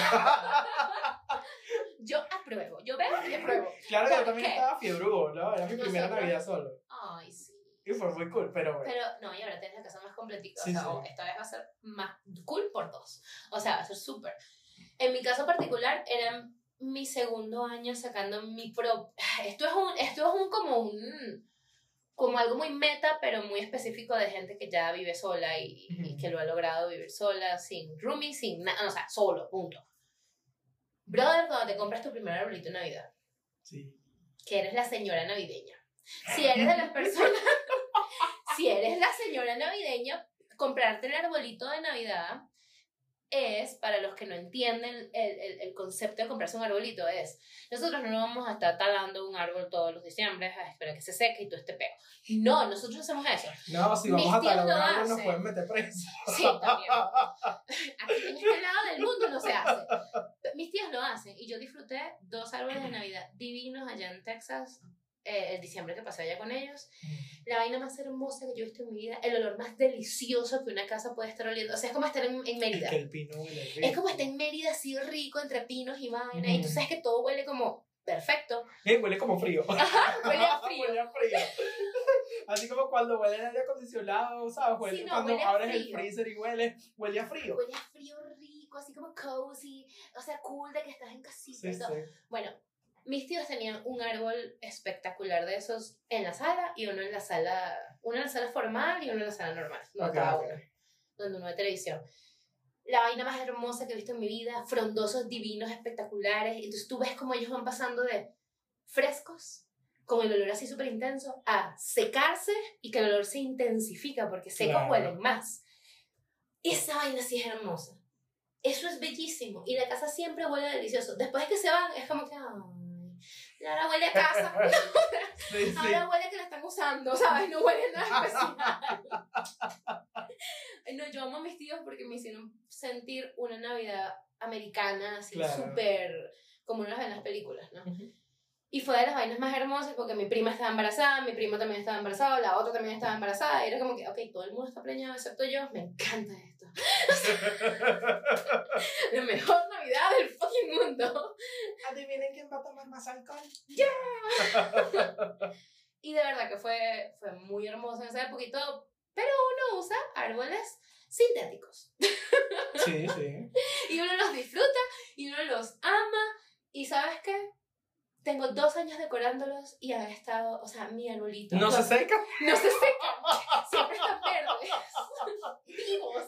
Yo apruebo. Yo veo y apruebo. Claro que yo ¿Por también qué? estaba fiebrudo, ¿no? Era mi primera Nosotros- Navidad solo. Ay, sí. Y fue muy cool, pero bueno. Pero no, y ahora tienes la casa más completita. Sí, o sea, sí. o esta vez va a ser más cool por dos. O sea, va a ser súper. En mi caso particular, era mi segundo año sacando mi pro. Esto es un, esto es un como un. Como algo muy meta, pero muy específico de gente que ya vive sola y, y que lo ha logrado vivir sola, sin roomie, sin nada, o sea, solo, punto. Brother, cuando te compras tu primer arbolito de Navidad, Sí. que eres la señora navideña. Si eres de las personas, si eres la señora navideña, comprarte el arbolito de Navidad es, para los que no entienden el, el, el concepto de comprarse un arbolito, es, nosotros no vamos a estar talando un árbol todos los diciembres a esperar que se seque y todo este peo. No, nosotros hacemos eso. No, si Mis vamos a tíos talar un lo árbol nos hacen. pueden meter presos. Sí, también. Aquí en este lado del mundo no se hace. Mis tíos lo hacen y yo disfruté dos árboles de Navidad divinos allá en Texas. Eh, el diciembre que pasé allá con ellos, la vaina más hermosa que yo he visto en mi vida, el olor más delicioso que una casa puede estar oliendo, o sea, es como estar en, en Mérida, Es que el pino huele rico. es como estar en Mérida así rico entre pinos y vaina, y tú Mm. sabes que todo huele como perfecto, Eh, huele como frío. huele a frío. Huele a frío. Así como cuando huele el aire acondicionado, ¿sabes? Huele, Sí, no, cuando huele a abres el frío. freezer y huele, huele a frío. Huele a frío rico, así como cozy, o sea, cool de que estás en casita Sí, y sí. todo. Bueno, mis tíos tenían un árbol espectacular de esos en la sala y uno en la sala, uno en la sala formal y uno en la sala normal, no Ok, cada ok. uno, donde uno ve televisión. La vaina más hermosa que he visto en mi vida, frondosos, divinos, espectaculares. Entonces tú ves como ellos van pasando de frescos, con el olor así súper intenso, a secarse y que el olor se intensifica porque secos Claro. huelen más. Esa vaina sí es hermosa. Eso es bellísimo. Y la casa siempre huele delicioso. Después de que se van, es como que, ay, ahora huele a casa. Sí, sí. Ahora huele que la están usando, ¿sabes? No huele a nada especial. No, yo amo a mis tíos porque me hicieron sentir una Navidad americana, así Claro. súper como uno las ve en las películas, ¿no? Ujú. Y fue de las vainas más hermosas porque mi prima estaba embarazada, mi primo también estaba embarazado, la otra también estaba embarazada. Y era como que, ok, todo el mundo está preñado excepto yo. Me encanta esto. La mejor Navidad del fucking mundo. Adivinen quién va a tomar más alcohol. Y de verdad que fue, fue muy hermoso en esa época y todo. Pero uno usa árboles sintéticos. Sí, sí. Y uno los disfruta y uno los ama. Y ¿sabes qué? Tengo dos años decorándolos y han estado, o sea, mi arbolito. ¿No se seca? No se secan. Siempre están verdes. Vivos.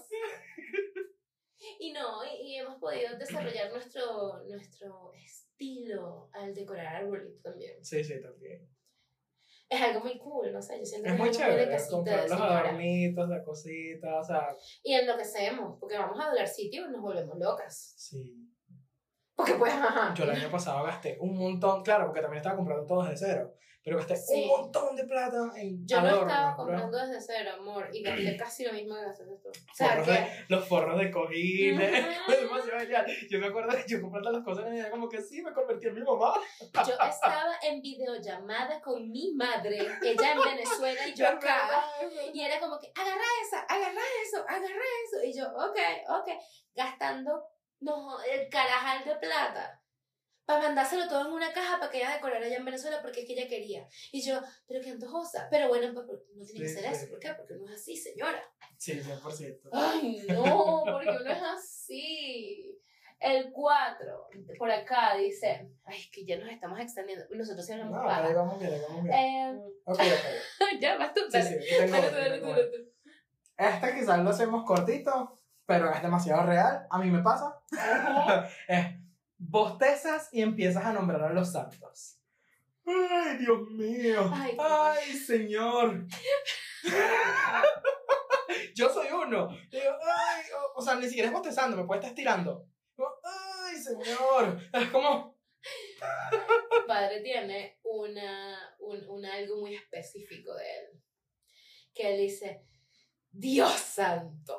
Y no, y, y hemos podido desarrollar nuestro, nuestro estilo al decorar arbolitos también. Sí, sí, también. Es algo muy cool, no sé, yo siento Es que muy es algo muy de chévere casita comprar de los señora. adornitos, de cositas, o sea, Y enloquecemos, porque vamos a doblar sitio y nos volvemos locas. sí. Porque pues, ajá. Yo el año pasado gasté un montón, claro, porque también estaba comprando todo desde cero, pero gasté Sí. un montón de plata en Yo no adornos, estaba bro. comprando desde cero, amor, y gasté casi lo mismo que gastaste tú. O sea, Forros que... de- los forros de cojines, Ujú. fue demasiado genial. Yo me acuerdo que yo comprando las cosas en ella como que sí, me convertí en mi mamá. Yo estaba en videollamada con mi madre, ella en Venezuela y yo Es acá. verdad, es verdad. Y era como que, agarra esa, agarra eso, agarra eso. Y yo, ok, ok, gastando no, el carajal de plata para mandárselo todo en una caja para que ella decorara allá en Venezuela porque es que ella quería. Y yo, pero qué antojosa. Pero bueno, pues, no tiene que Sí, ser sí. eso. ¿Por qué? Porque uno es así, señora. Sí, cien por ciento. Ay, no, porque uno es así. El cuatro, por acá dice, ay, es que ya nos estamos extendiendo. Nosotros sí hablamos No, paja. ahí vamos bien, ahí vamos bien. Eh, Ok, ok. ya, vas tú, Sí, dale. sí, aquí tengo Dale, otro, dale, tengo dale, otro. dale. Este quizás lo hacemos cortito, pero es demasiado real. A mí me pasa. Es bostezas y empiezas a nombrar a los santos. Ay, Dios mío. Ay, Ay, qué- señor. Yo soy uno. Yo digo, ay, o, o sea, ni siquiera es bostezando, me puede estar estirando. Digo, ay, señor. Es como, Mi padre tiene una, un, un algo muy específico de él. Que él dice, Dios santo.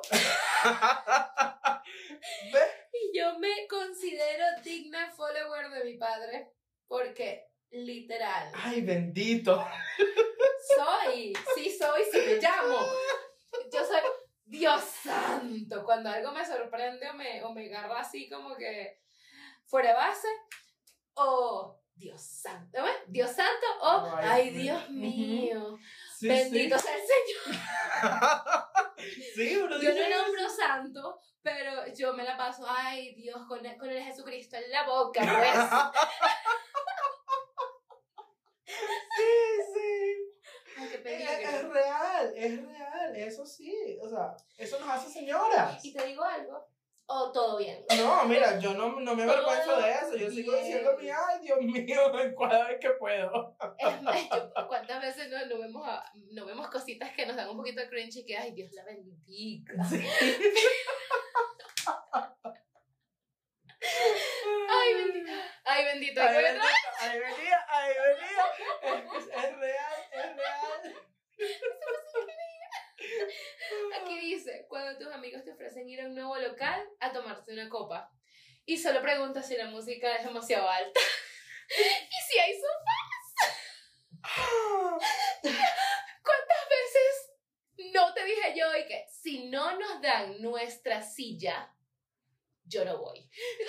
¿ves? Y yo me considero digna follower de mi padre. Porque, literal, Ay, bendito. soy, sí soy, sí me llamo. Yo soy Dios santo. Cuando algo me sorprende o me, o me agarra así como que fuera de base, o Dios santo, ¿ves? Dios santo, o Ay, ay, sí. Dios mío, Sí, bendito sí. sea el Señor. Sí, uno Yo dice no eso. nombro santo, pero yo me la paso, ay Dios, con el, con el Jesucristo en la boca, pues. Sí, sí. Ay, qué Es, peligro. es real, es real, eso sí, o sea, eso nos hace señoras. Y te digo algo, o todo bien. No, mira, yo no, no me avergüenzo Todo de eso, yo sigo bien. diciendo mi, ay, Dios mío, cada vez que puedo. Es más, yo, ¿cuántas veces no, no, vemos a- no vemos cositas que nos dan un poquito de cringe y que, ay, Dios la bendiga? Ay, bendito. Ay, bendito. Ay, Ay, bendito, ay, venía, ay, venía. Es, es real, es real. Aquí dice, cuando tus amigos te ofrecen ir a un nuevo local a tomarse una copa y solo preguntas si la música es demasiado alta y si hay sofá. ¿Cuántas veces no te dije yo y que si no nos dan nuestra silla, yo no voy?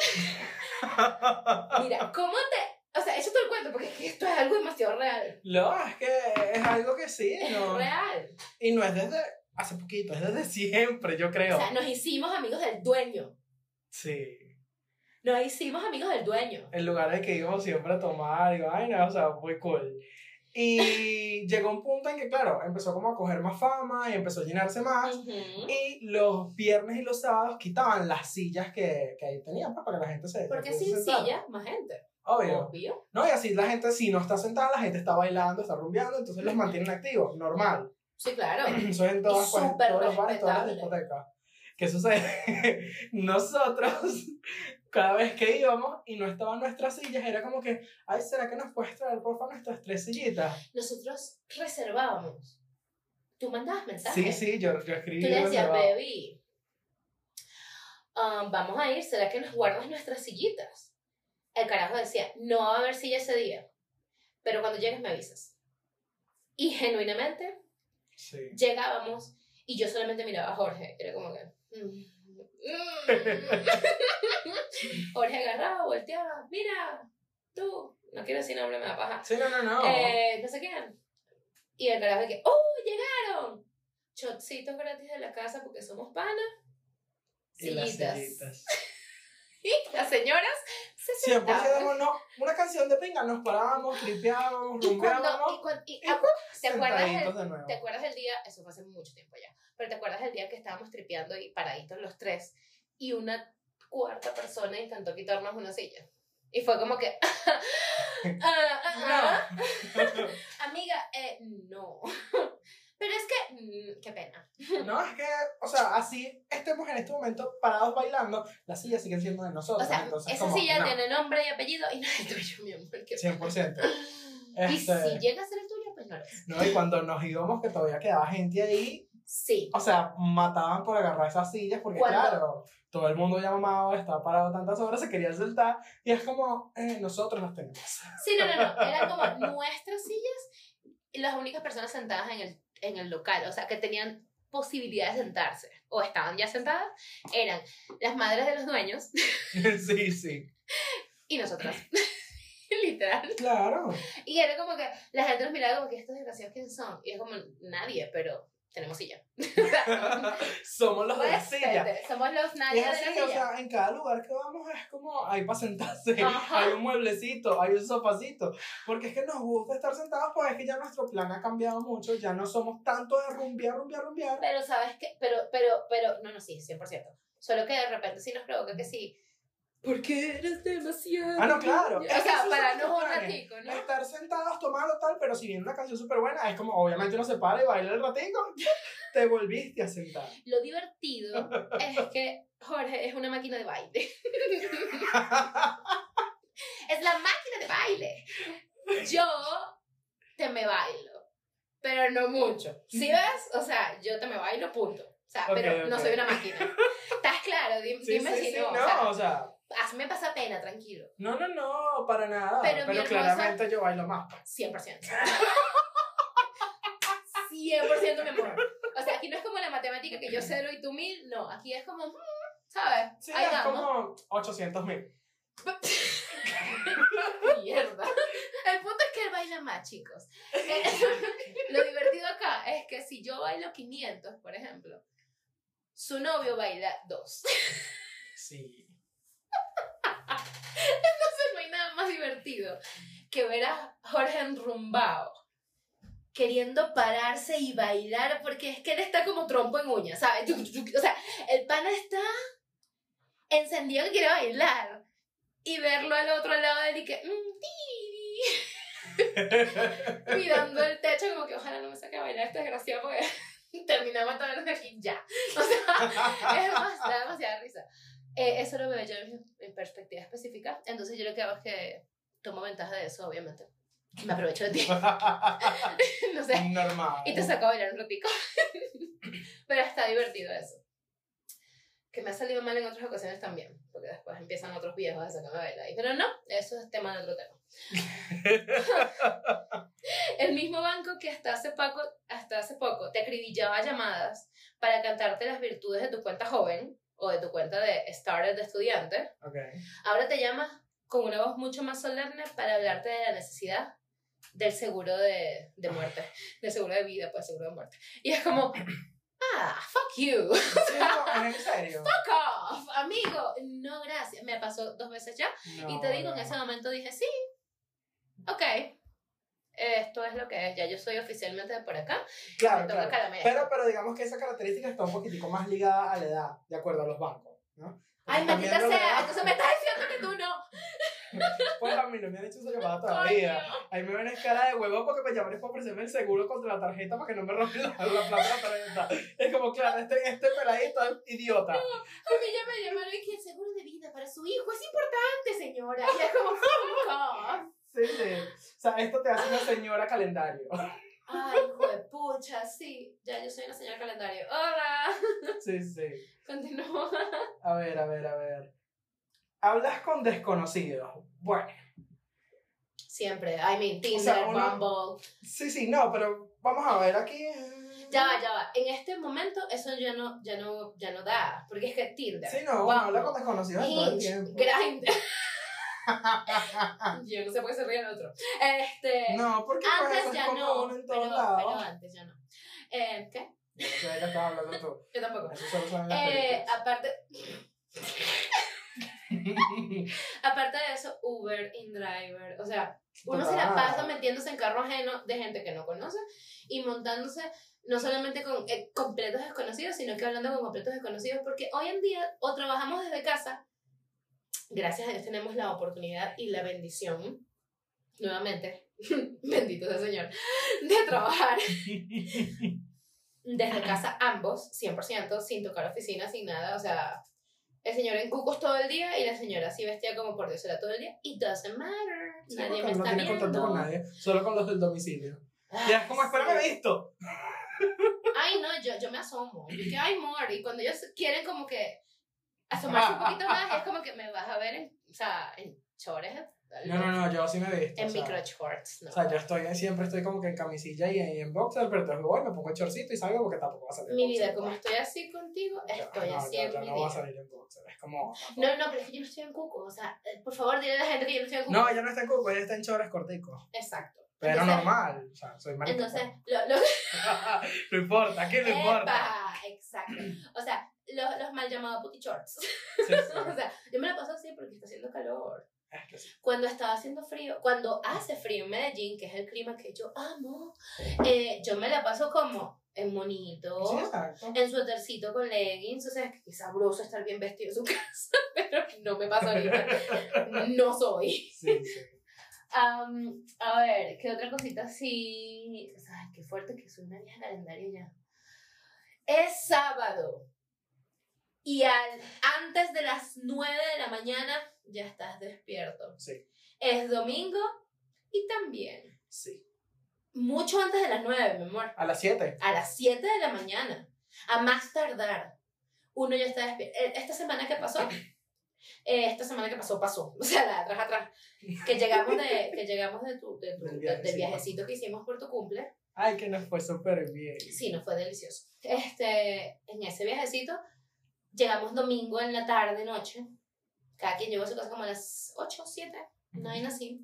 Mira, ¿cómo te...? O sea, eso todo el cuento, porque es que esto es algo demasiado real. No, es que es algo que sí, Es ¿no? real. Y no es desde hace poquito, es desde siempre, yo creo. O sea, nos hicimos amigos del dueño. Sí. Nos hicimos amigos del dueño. El lugar al que íbamos siempre a tomar y vaina, o sea, muy cool. Y llegó un punto en que, claro, empezó como a coger más fama y empezó a llenarse más. Ujú. Y los viernes y los sábados quitaban las sillas que, que ahí tenían, pues, para que la gente se Porque se sin sentara. silla, más gente. Obvio. Obvio. No, y así la gente, si no está sentada, la gente está bailando, está rumbeando, entonces los mantienen activos, normal. Sí, claro. Eso es en todas, Y pues, en súper todos los bares, todas las respetable. discotecas. ¿Qué sucede? Nosotros, cada vez que íbamos y no estaban nuestras sillas, era como que, ay, ¿será que nos puedes traer, porfa, nuestras tres sillitas? Nosotros reservábamos tú mandabas mensajes. Sí, sí, yo, yo escribí. Tú le decías, reservado. baby, um, vamos a ir, ¿será que nos guardas nuestras sillitas? El carajo decía, no va a haber silla ese día, pero cuando llegues me avisas. Y genuinamente, Sí. llegábamos y yo solamente miraba a Jorge, era como que... mm, Jorge agarraba, volteaba, mira, tú, no quiero decir nombre, me da paja. Sí, no, no, no. Eh, no sé quién. Y el carajo de que, ¡oh, llegaron! Chocitos gratis de la casa porque somos panas. Y las Sillitas. sillitas. Y las señoras se cien por ciento sentaban. no, una canción de pinga, nos parábamos, tripeábamos, Y cuando, rumbeábamos. y cuando, y, y ah, ¿te acuerdas sentaditos el, de nuevo. ¿Te acuerdas el día? Eso fue hace mucho tiempo ya. Pero ¿te acuerdas el día que estábamos tripeando y paraditos los tres y una cuarta persona intentó quitarnos una silla? Y fue como que... ah, ah, ah, No. amiga, eh, no. Pero es que... mm, qué pena. No, es que, o sea, así estemos en este momento parados bailando, las sillas siguen siendo de O nosotros. sea, entonces, esa como, silla no, tiene nombre y apellido y no es tuyo, mi amor. qué cien por ciento. pena. Y Este, si llega a ser el tuyo, pues no lo es. no, y cuando nos íbamos, que todavía quedaba gente ahí, Sí. o sea, mataban por agarrar esas sillas, porque ¿Cuándo? claro, todo el mundo ya mamado, estaba parado tantas horas, se quería sentar, y es como, eh, nosotros las tenemos. Sí, no, no, no. Eran como nuestras sillas y las únicas personas sentadas en el, en el local, o sea, que tenían posibilidad de sentarse o estaban ya sentadas, eran las madres de los dueños Sí, sí. y nosotras. Literal. Claro. Y era como que la gente nos miraba como que estos desgraciados quién son. Y es como nadie, pero tenemos silla. O sea, Somos los de la respete, silla. somos los Y nadie es de la así, silla. o sea, en cada lugar que vamos es como, hay para sentarse, Ajá. hay un mueblecito, hay un sofacito, porque es que nos gusta estar sentados, pues es que ya nuestro plan ha cambiado mucho, ya no somos tanto de rumbear, rumbear, rumbear. Pero sabes que, pero, pero, pero, no, no, sí, cien por ciento. Solo que de repente sí nos provoca que sí. Porque eres demasiado. Ah, no, claro. O Es que sea, esos para son no los un planes. ratico, ¿no? Estar sentados tomando tal, pero si viene una canción súper buena, es como, obviamente uno se para y baila el ratico, te volviste a sentar. Lo divertido es que Jorge es una máquina de baile. Es la máquina de baile. Yo te me bailo, pero no mucho. ¿Sí ves? O sea, yo te me bailo, punto. O sea, Ok, pero no ok. soy una máquina. ¿Estás claro? Dime, Sí, dime sí, si sí, no. no, O sea, o sea, hazme pasar pena, tranquilo. no, no, no, para nada, Pero pero, mi hermosa- claramente yo bailo más. cien por ciento. cien por ciento mi amor. O sea, aquí no es como la matemática que yo cero y tú mil. No, aquí es como, mm, ¿sabes? Sí, Ahí es vamos. como ochocientos mil. Mierda. El punto es que él baila más, chicos. Lo divertido acá es que si yo bailo quinientos, por ejemplo, su novio baila dos. Sí. Entonces no hay nada más divertido que ver a Jorge enrumbado queriendo pararse y bailar, porque es que él está como trompo en uña, ¿sabes? O sea, el pana está encendido que quiere bailar y verlo al otro lado de él y que mm, tiri, mirando el techo como que ojalá no me saque a bailar este desgraciado porque terminamos toda la aquí ya. O sea, es más, da demasiada risa. Eh, eso lo veo yo en, en perspectiva específica, entonces yo lo que hago es que tomo ventaja de eso, obviamente. Me aprovecho de ti. No sé. Normal. Y te saco a bailar un ratico. Pero está divertido eso. Que me ha salido mal en otras ocasiones también. Porque después empiezan otros viejos a sacarme a bailar. Pero no, eso es tema de otro tema. El mismo banco que hasta hace poco, hasta hace poco te acribillaba llamadas para cantarte las virtudes de tu cuenta joven o de tu cuenta de starter de estudiante. Okay. Ahora te llamas con una voz mucho más solemne para hablarte de la necesidad del seguro de, de muerte, del seguro de vida, pues seguro de muerte. Y es como, ah, fuck you, Sí, no, ¿es en serio? fuck off, amigo. No, gracias. Me pasó dos veces ya. No, Y te digo, en no. ese momento dije, sí, ok, esto es lo que es. Ya yo soy oficialmente de por acá. Claro, me toca claro. caramelo. Pero, pero digamos que esa característica está un poquitico más ligada a la edad, de acuerdo a los bancos, ¿no? Ay, Porque maldita también lo sea, de- entonces me estás diciendo que tú no. Pues a mí no me han hecho esa llamada todavía. Coño. Ahí me ven cara de huevo porque me llaman para ofrecerme el seguro contra la tarjeta para que no me roben la, la plata de la tarjeta. Es como, claro, este, este peladito es idiota. A mí ya me llamaron y que el seguro de vida para su hijo es importante, señora. Y es como, fuck off. Sí, sí. O sea, esto te hace una señora calendario. Ay, hijo de pucha, sí. Ya yo soy una señora calendario. Hola. Sí, sí. Continúa. A ver, a ver, a ver. Hablas con desconocidos. Bueno. Siempre. I mean, Tinder, O sea, uno- Bumble. Sí, sí, no, pero vamos a ver aquí. Ya va, ya va. En este momento eso ya no, ya no, ya no da. Porque es que Tinder, Sí, no, uno Bumble, habla con desconocidos todo el Hinge, tiempo. Grindr. Yo no sé por qué se ríe el otro. Este, No, porque pues antes eso es ya común no, en pero, todos lados. pero antes ya no. Eh, ¿Qué? Yo no sé de qué estás hablando tú. Yo tampoco. Eso solo son en las Eh, películas. aparte, aparte de eso, Uber, InDriver, o sea, uno se la Total. pasa metiéndose en carro ajeno de gente que no conoce y montándose no solamente con eh, completos desconocidos, sino que hablando con completos desconocidos, porque hoy en día o trabajamos desde casa, gracias a Dios tenemos la oportunidad y la bendición, nuevamente, bendito sea el Señor, de trabajar desde casa ambos, cien por ciento, sin tocar oficina, sin nada, o sea, el señor en cucos todo el día y la señora así vestida como por diosera todo el día, it doesn't matter, Sí, nadie porque me no está tiene contacto viendo. con nadie, solo con los del domicilio. Ah, Ya es como, espérame, sí. visto. Ay, no, yo, yo me asomo, yo que hay more, y cuando ellos quieren como que asomarse un poquito más, es como que me vas a ver en, o sea, en chores, No, no, no, yo sí me he visto. en o sea, micro shorts, ¿no? O sea, yo estoy, siempre estoy como que en camisilla y, y en boxer, pero entonces voy, me pongo el chorcito y salgo porque tampoco va a salir en Mi boxer, vida, como pues. estoy así contigo, estoy no, así yo, en yo mi no voy a vida. salir en boxer, es como... No, no, pero es que yo no estoy en cuco, o sea, eh, por favor, dile a la gente que yo no estoy en cuco. No, ella no está en cuco, ella está en chores corticos. Exacto. Pero Entonces- normal, o sea, soy marica. Entonces, lo, lo, no importa, ¿qué no importa? Epa, exacto. O sea, los, los mal llamados putty shorts. Sí, sí. O sea, yo me la paso así porque está haciendo calor. Es que sí. Cuando estaba haciendo frío, cuando hace frío en Medellín, que es el clima que yo amo, eh, yo me la paso como en monito, Sí, exacto. en suétercito con leggings. O sea, es que es sabroso estar bien vestido en su casa, pero no me pasa ahorita. No soy. Sí, sí. Um, a ver, ¿qué otra cosita así? Ay, qué fuerte que soy una vieja calendario ya. Es sábado. Y al, antes de las nueve de la mañana ya estás despierto. Sí, Es domingo y también sí. mucho antes de las nueve, mi amor. A las siete. A las siete de la mañana. A más tardar. Uno ya está despierto. Esta semana que pasó, eh, esta semana que pasó, pasó. O sea, la de atrás, atrás. Que llegamos de, que llegamos de tu, de tu, Del de- viajecito. del viajecito que hicimos por tu cumple. Ay, que nos fue súper bien. Sí, nos fue delicioso. Este, en ese viajecito, llegamos domingo en la tarde, noche. Cada quien llegó a su casa como a las ocho, siete, no hay así.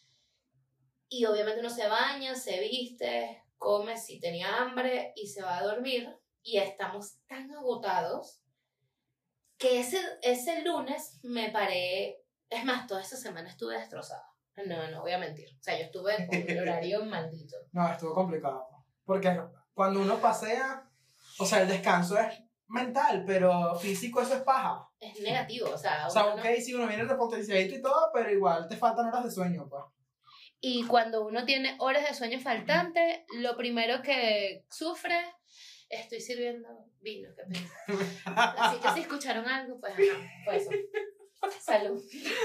Y obviamente uno se baña, se viste, come si tenía hambre y se va a dormir. Y estamos tan agotados que ese, ese lunes me paré. Es más, toda esa semana estuve destrozada. No, no voy a mentir. O sea, yo estuve con el horario maldito. No, estuvo complicado. Porque cuando uno pasea, o sea, el descanso es mental, pero físico eso es paja. Es negativo, o sea, O sea, uno ok, no- si uno viene repotenciadito y todo, pero igual te faltan horas de sueño, pues. Y cuando uno tiene horas de sueño faltantes, lo primero que sufre, estoy sirviendo vino, qué pena. Así que si escucharon algo, pues ajá, fue eso. Salud.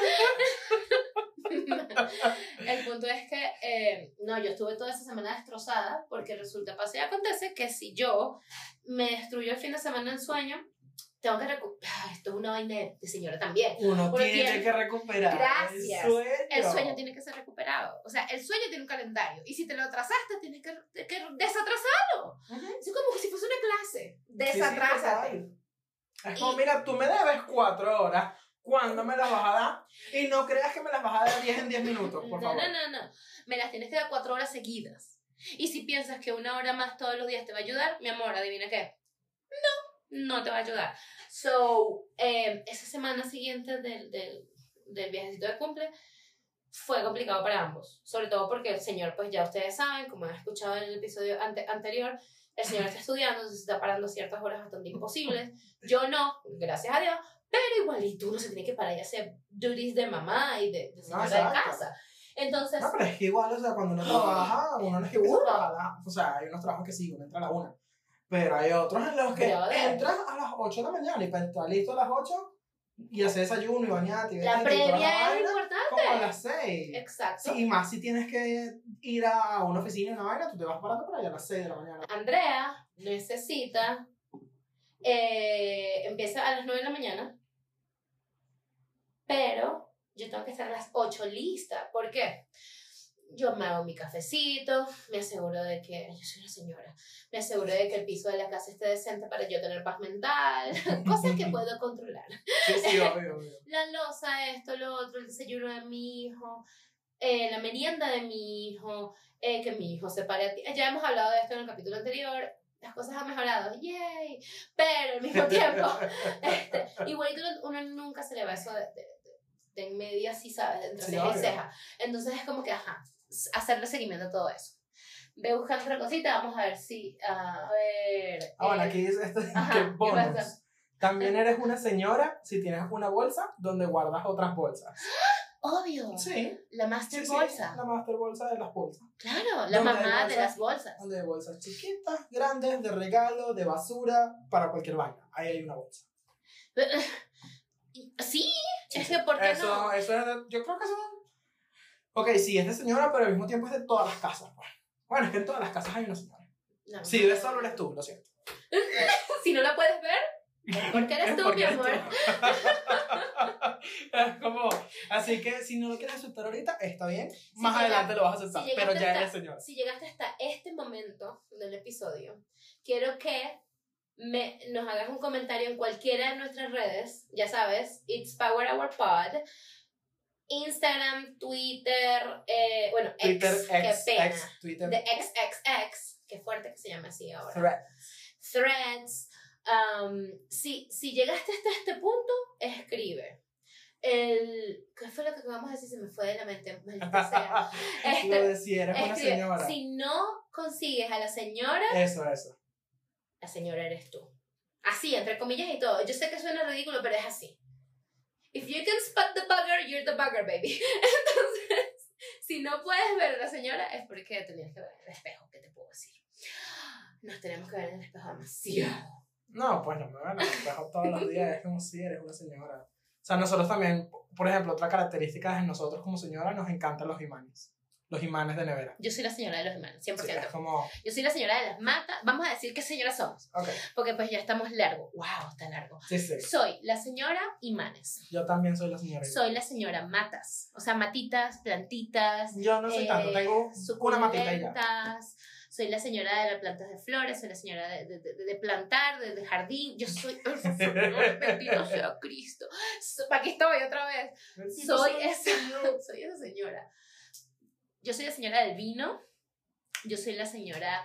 El punto es que, eh, no, yo estuve toda esa semana destrozada porque resulta, pasa y acontece que si yo me destruyo el fin de semana en sueño, tengo que recuperar. Esto es una vaina de, de señora también. Uno Uno tiene, tiene- que recuperar Gracias. el sueño. El sueño tiene que ser recuperado. O sea, el sueño tiene un calendario. Y si te lo atrasaste, tienes que, que desatrasarlo. Ujú. Es como si fuese una clase. Sí, sí, Desatrásate. total. Es como, Y- mira, tú me debes cuatro horas. ¿Cuándo me las vas a dar? Y no creas que me las vas a dar diez en diez minutos, por no, favor. no, no, no. Me las tienes que dar cuatro horas seguidas. Y si piensas que una hora más todos los días te va a ayudar, mi amor, adivina qué. No, no te va a ayudar. So, eh, esa semana siguiente del, del, del viajecito de cumple fue complicado para ambos. Sobre todo porque el señor, pues ya ustedes saben, como han escuchado en el episodio ante, anterior, el señor está estudiando, entonces está parando ciertas horas bastante imposibles. Yo no, gracias a Dios. Pero igualito uno se tiene que parar y hacer duties de mamá y de, de señora de exacto. casa. Entonces, No, pero es que igual, o sea, cuando uno trabaja, uno no es que uno trabaja, a la- o sea, hay unos trabajos que sí, uno entra a la una, pero hay otros en los que Brother. entras a las ocho de la mañana y para estar listo a las ocho y hacer desayuno y bañarte y la vestirte y toda previa es vaina, importante. como a las seis. Exacto. Sí, y más si tienes que ir a una oficina y una vaina, tú te vas parando por allá a las seis de la mañana. Andrea, necesita, eh, empieza a las nueve de la mañana, pero yo tengo que estar a las ocho lista. ¿Por qué? Yo me hago mi cafecito, me aseguro de que, yo soy una señora, me aseguro de que el piso de la casa esté decente para yo tener paz mental, cosas que puedo controlar. Sí, sí, obvio, obvio. La loza, esto, lo otro, el desayuno de mi hijo, eh, la merienda de mi hijo, eh, que mi hijo se pare a ti. Ya hemos hablado de esto en el capítulo anterior, las cosas han mejorado, yay, pero al mismo tiempo, este, igualito uno nunca se le va eso de, de, de en medio, así, ¿sabes? Entre Sí, ceja y obvio. ceja. Entonces es como que, ajá, hacerle seguimiento a todo eso. Ve buscando otra cosita, vamos a ver si, a ver... Ah, bueno, eh, aquí dice esto, ajá, que ¿qué bonus. pasa? También eres una señora si tienes una bolsa donde guardas otras bolsas. Obvio, Sí. la master Sí, sí, bolsa. la master bolsa de las bolsas. Claro, la Donde hay mamá de bolsas- las bolsas. Donde hay bolsas chiquitas, grandes, de regalo, de basura, para cualquier vaina. Ahí hay una bolsa. Sí, es que ¿por qué eso, no? Eso es de, yo creo que eso... Ok, sí, es de señora, pero al mismo tiempo es de todas las casas. Pues. Bueno, es que en todas las casas hay una señora. No, Si ves solo eres tú, lo siento. Si no la puedes ver, es porque eres Es tú, porque mi eres amor. tú. Es como, así que si no lo quieres aceptar ahorita, está bien. Más llega- adelante lo vas a aceptar, si llegaste pero ya hasta- eres señora. Si llegaste hasta este momento del episodio, quiero que me, nos hagas un comentario en cualquiera de nuestras redes. Ya sabes, It's Power Hour Pod. Instagram, Twitter, eh, bueno, Twitter, X, X, qué pena. X, Twitter, De X X X, qué fuerte que se llama así ahora. Threads. Threads. Um, si, si llegaste hasta este punto, escribe. El, ¿qué fue lo que acabamos de decir? Se me fue de la mente, maldita sea. Este, Lo de si eres una escribe, señora. si no consigues a la señora, Eso, eso. la señora eres tú. Así, entre comillas y todo. Yo sé que suena ridículo, pero es así. If you can spot the bugger, you're the bugger, baby. Entonces, si no puedes ver a la señora, es porque tenías que ver en el espejo. ¿Qué te puedo decir? Nos tenemos que ver en el espejo demasiado. No, pues no me ven al espejo todos los días, es como si eres una señora. O sea, nosotros también, por ejemplo, otra característica de nosotros como señora, nos encantan los imanes. Los imanes de nevera. Yo soy la señora de los imanes, cien por Sí, ciento. es como, Yo soy la señora de las matas. Vamos a decir qué señora somos. ok, Porque pues ya estamos largo. Wow, está largo. sí, sí. Soy la señora imanes. Yo también soy la señora. Soy la señora matas. O sea, matitas, plantitas. Yo no soy eh, tanto, tengo una matita y ya. suculentas. Soy la señora de las plantas de flores, soy la señora de, de, de, de plantar, de, de jardín. Yo soy esa señora, bendito sea Cristo. So, aquí estoy otra vez. Soy esa, soy esa señora. Yo soy la señora del vino. Yo soy la señora...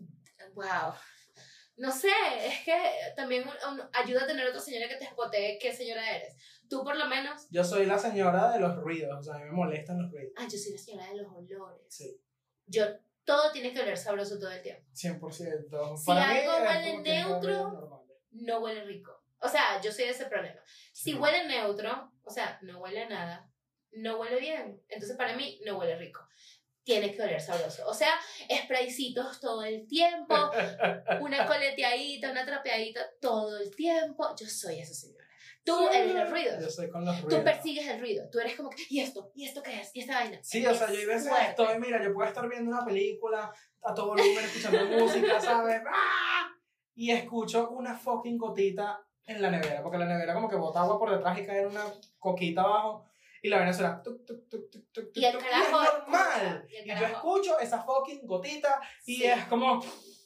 Wow. No sé, es que también un- un- ayuda a tener otra señora que te espotee qué señora eres. Tú por lo menos... Yo soy la señora de los ruidos, o sea, a mí me molestan los ruidos. Ah, yo soy la señora de los olores. Sí, Yo... Todo tiene que oler sabroso todo el tiempo. cien por ciento. Si Para mí algo es huele como que no neutro, ruidos normales. no huele rico. O sea, yo soy de ese problema. Si Sí. huele neutro, o sea, no huele a nada, no huele bien. Entonces, para mí, no huele rico. Tiene que oler sabroso. O sea, spraycitos todo el tiempo, una coleteadita, una trapeadita todo el tiempo. Yo soy esa señora. Tú eres los Yo ruidos. soy con los ruidos. Tú persigues el ruido. Tú eres como que, ¿y esto? ¿Y esto qué es? ¿Y esta vaina? Sí, o sea, yo hay veces Fuerte. estoy, mira, yo puedo estar viendo una película a todo volumen, escuchando música, ¿sabes? ¡Ah! Y escucho una fucking gotita en la nevera, porque la nevera como que bota agua por detrás y cae una coquita abajo, y la Venezuela, tuc, tuc, tuc, tuc, tuc, Y el tuc, carajo- es normal. y el Y yo carajo- escucho esa fucking gotita, y Sí. es como...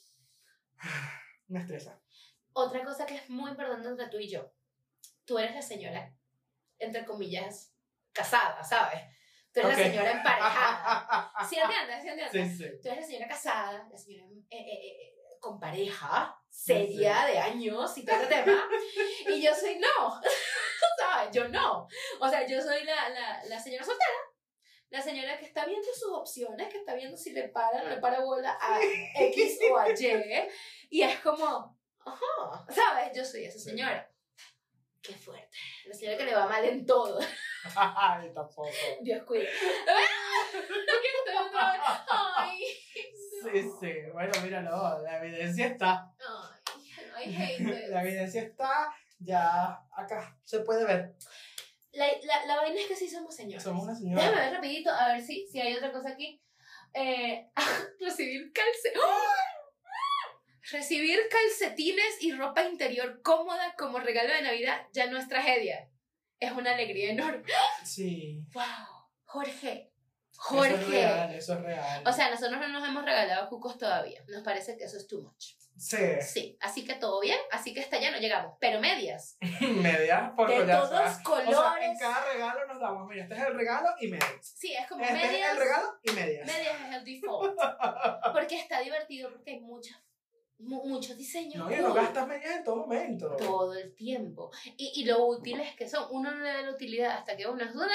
me estresa. Otra cosa que es muy importante entre tú y yo. Tú eres la señora, entre comillas, casada, ¿sabes? Tú eres Ok. la señora emparejada. ¿Sí entiendes? ¿Sí entiendes? Sí, sí. Tú eres la señora casada, la señora eh, eh, eh, con pareja, seria, de años y todo ese tema. Y yo soy no. ¿Sabes? Yo no. O sea, yo soy la, la, la señora soltera. La señora que está viendo sus opciones, que está viendo si le para o no le para bola a X o a Y. Y es como, ajá, ¿sabes? Yo soy esa señora. Qué fuerte. La señora que le va mal en todo. Ay, tampoco. Dios cuide. ¡Ah! No quiero estar otra vez. Ay. No. Sí, sí. Bueno, mira, no, la evidencia está. Ay, I hate it. La evidencia está, ya acá se puede ver. La, la, la vaina es que sí somos señoras. Somos una Déjame señora. ver rapidito, a ver si, si hay otra cosa aquí. Eh, recibir calce. ¡Oh! Recibir calcetines y ropa interior cómoda como regalo de Navidad ya no es tragedia. Es una alegría enorme. Sí. ¡Wow! Jorge. Jorge. Eso es real, Jorge. eso es real. O sea, nosotros no nos hemos regalado cucos todavía. Nos parece que eso es too much. Sí. Sí, así que todo bien, así que hasta allá no llegamos. Pero medias. Medias por De collar, todos ¿sabes? colores. O sea, en cada regalo nos damos, mira, este es el regalo y medias. Sí, es como Este medias. es el regalo y medias. Medias es el default. Porque está divertido, porque hay muchas, mu- muchos diseños. No, y no cool. gastas medias en todo momento. Todo el tiempo. Y, y lo útiles que son. Uno no le da la utilidad hasta que uno es una.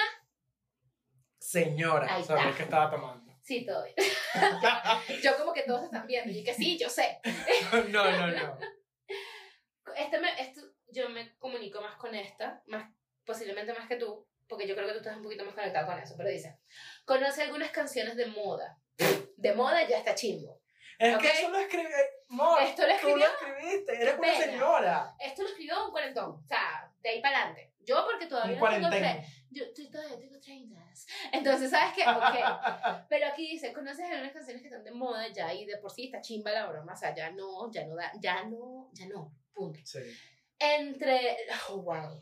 Señora, Ahí ¿sabes está. qué estaba tomando? Sí, todo bien. Yo como que todos están viendo. Y que sí, yo sé. No, no, no. Este me, esto, yo me comunico más con esta, más, posiblemente más que tú, porque yo creo que tú estás un poquito más conectado con eso. Pero dice, conoce algunas canciones de moda. De moda ya está chimbo. Es ¿Ok? que eso lo escribí. Amor, Esto lo tú lo escribió. escribiste, eres una Pena. señora. Esto lo escribió un cuarentón. O sea, de ahí para adelante. Yo porque todavía Un no tengo cuarentena. tre- Yo yo todavía tengo treinta. Entonces, ¿sabes qué? Ok. Pero aquí dice, conoces algunas canciones que están de moda ya y de por sí está chimba la broma. O sea, ya no, ya no da, ya no, ya no. Punto. Sí. Entre, oh, wow.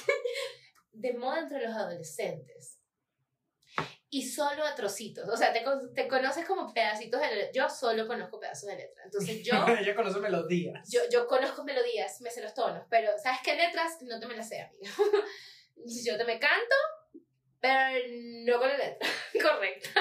De moda entre los adolescentes. Y solo a trocitos. O sea, te, con- te conoces como pedacitos de letra. Yo solo conozco pedazos de letra. Entonces yo, Ella conoce melodías. yo, yo conozco melodías, me sé los tonos. Pero, ¿sabes qué letras? No te me las sé, amiga. Yo te me canto, pero no con la letra correcta.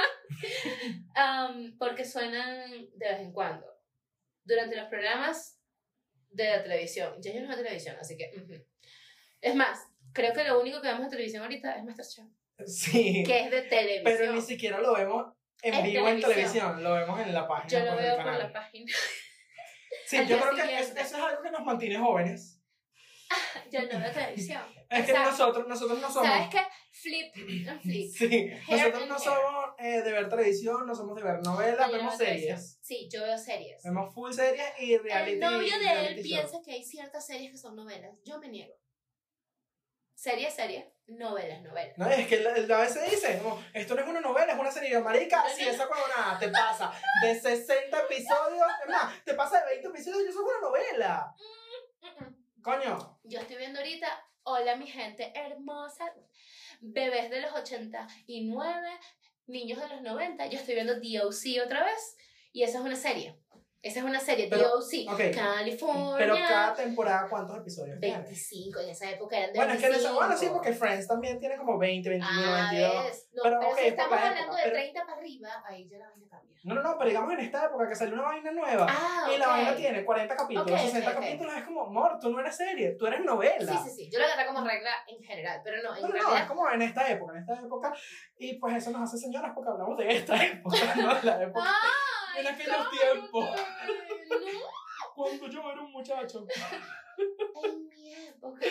Um, porque suenan de vez en cuando. Durante los programas de la televisión. Ya yo no veo televisión, así que... ujú. Es más, creo que lo único que vemos en televisión ahorita es MasterChef. Sí. Que es de televisión. Pero ni siquiera lo vemos en En vivo en televisión. televisión, lo vemos en la página. Yo lo pues, del veo por canal. la página. Sí, al yo día creo que siguiente. eso, eso es algo que nos mantiene jóvenes. Yo no veo televisión. Es que Exacto. nosotros, nosotros no somos. ¿Sabes qué? Flip and flip. Sí, nosotros and no hair. somos eh, de ver televisión, no somos de ver novelas, No, yo no vemos veo televisión. series. Sí, yo veo series. Vemos full series y reality. El novio de él reality show. piensa que hay ciertas series que son novelas. Yo me niego. Serie, serie, novelas, novelas. No, es que la- la- a veces dicen, como, esto no es una novela, es una serie. Marica, No, si no. esa huevonada te pasa de sesenta episodios, es más, te pasa de veinte episodios, y eso es una novela. Mm, mm. Coño. Yo estoy viendo ahorita, hola mi gente hermosa, bebés de los ochenta y nueve, niños de los noventa. Yo estoy viendo D O C otra vez y esa es una serie. Esa es una serie, Pero, D O C, ok, California. Pero cada temporada, ¿cuántos episodios tiene? veinticinco, en esa época eran de Bueno, es que en esa, bueno, sí, veinticinco. porque Friends también tiene como veinte, veintiuno, Ah, veintidós. ¿ves? No, Pero, pero, ok, si por estamos la hablando época, de pero- treinta para arriba, ahí ya la vaina cambia. No, no, no, pero digamos en esta época que salió una vaina nueva. Ah, Y la ok. vaina tiene cuarenta capítulos, Ok, ok, sesenta ok. capítulos, es como, amor, tú no eres serie, tú eres novela. Sí, sí, sí. Yo lo agarré como regla en general, pero no, en No, no, no, es realidad. como en esta época, en esta época. Y pues eso nos hace señoras porque hablamos de esta época, no la época. ¡Ay, En aquellos cállate! tiempos. No, Cuando yo era un muchacho. en mi época.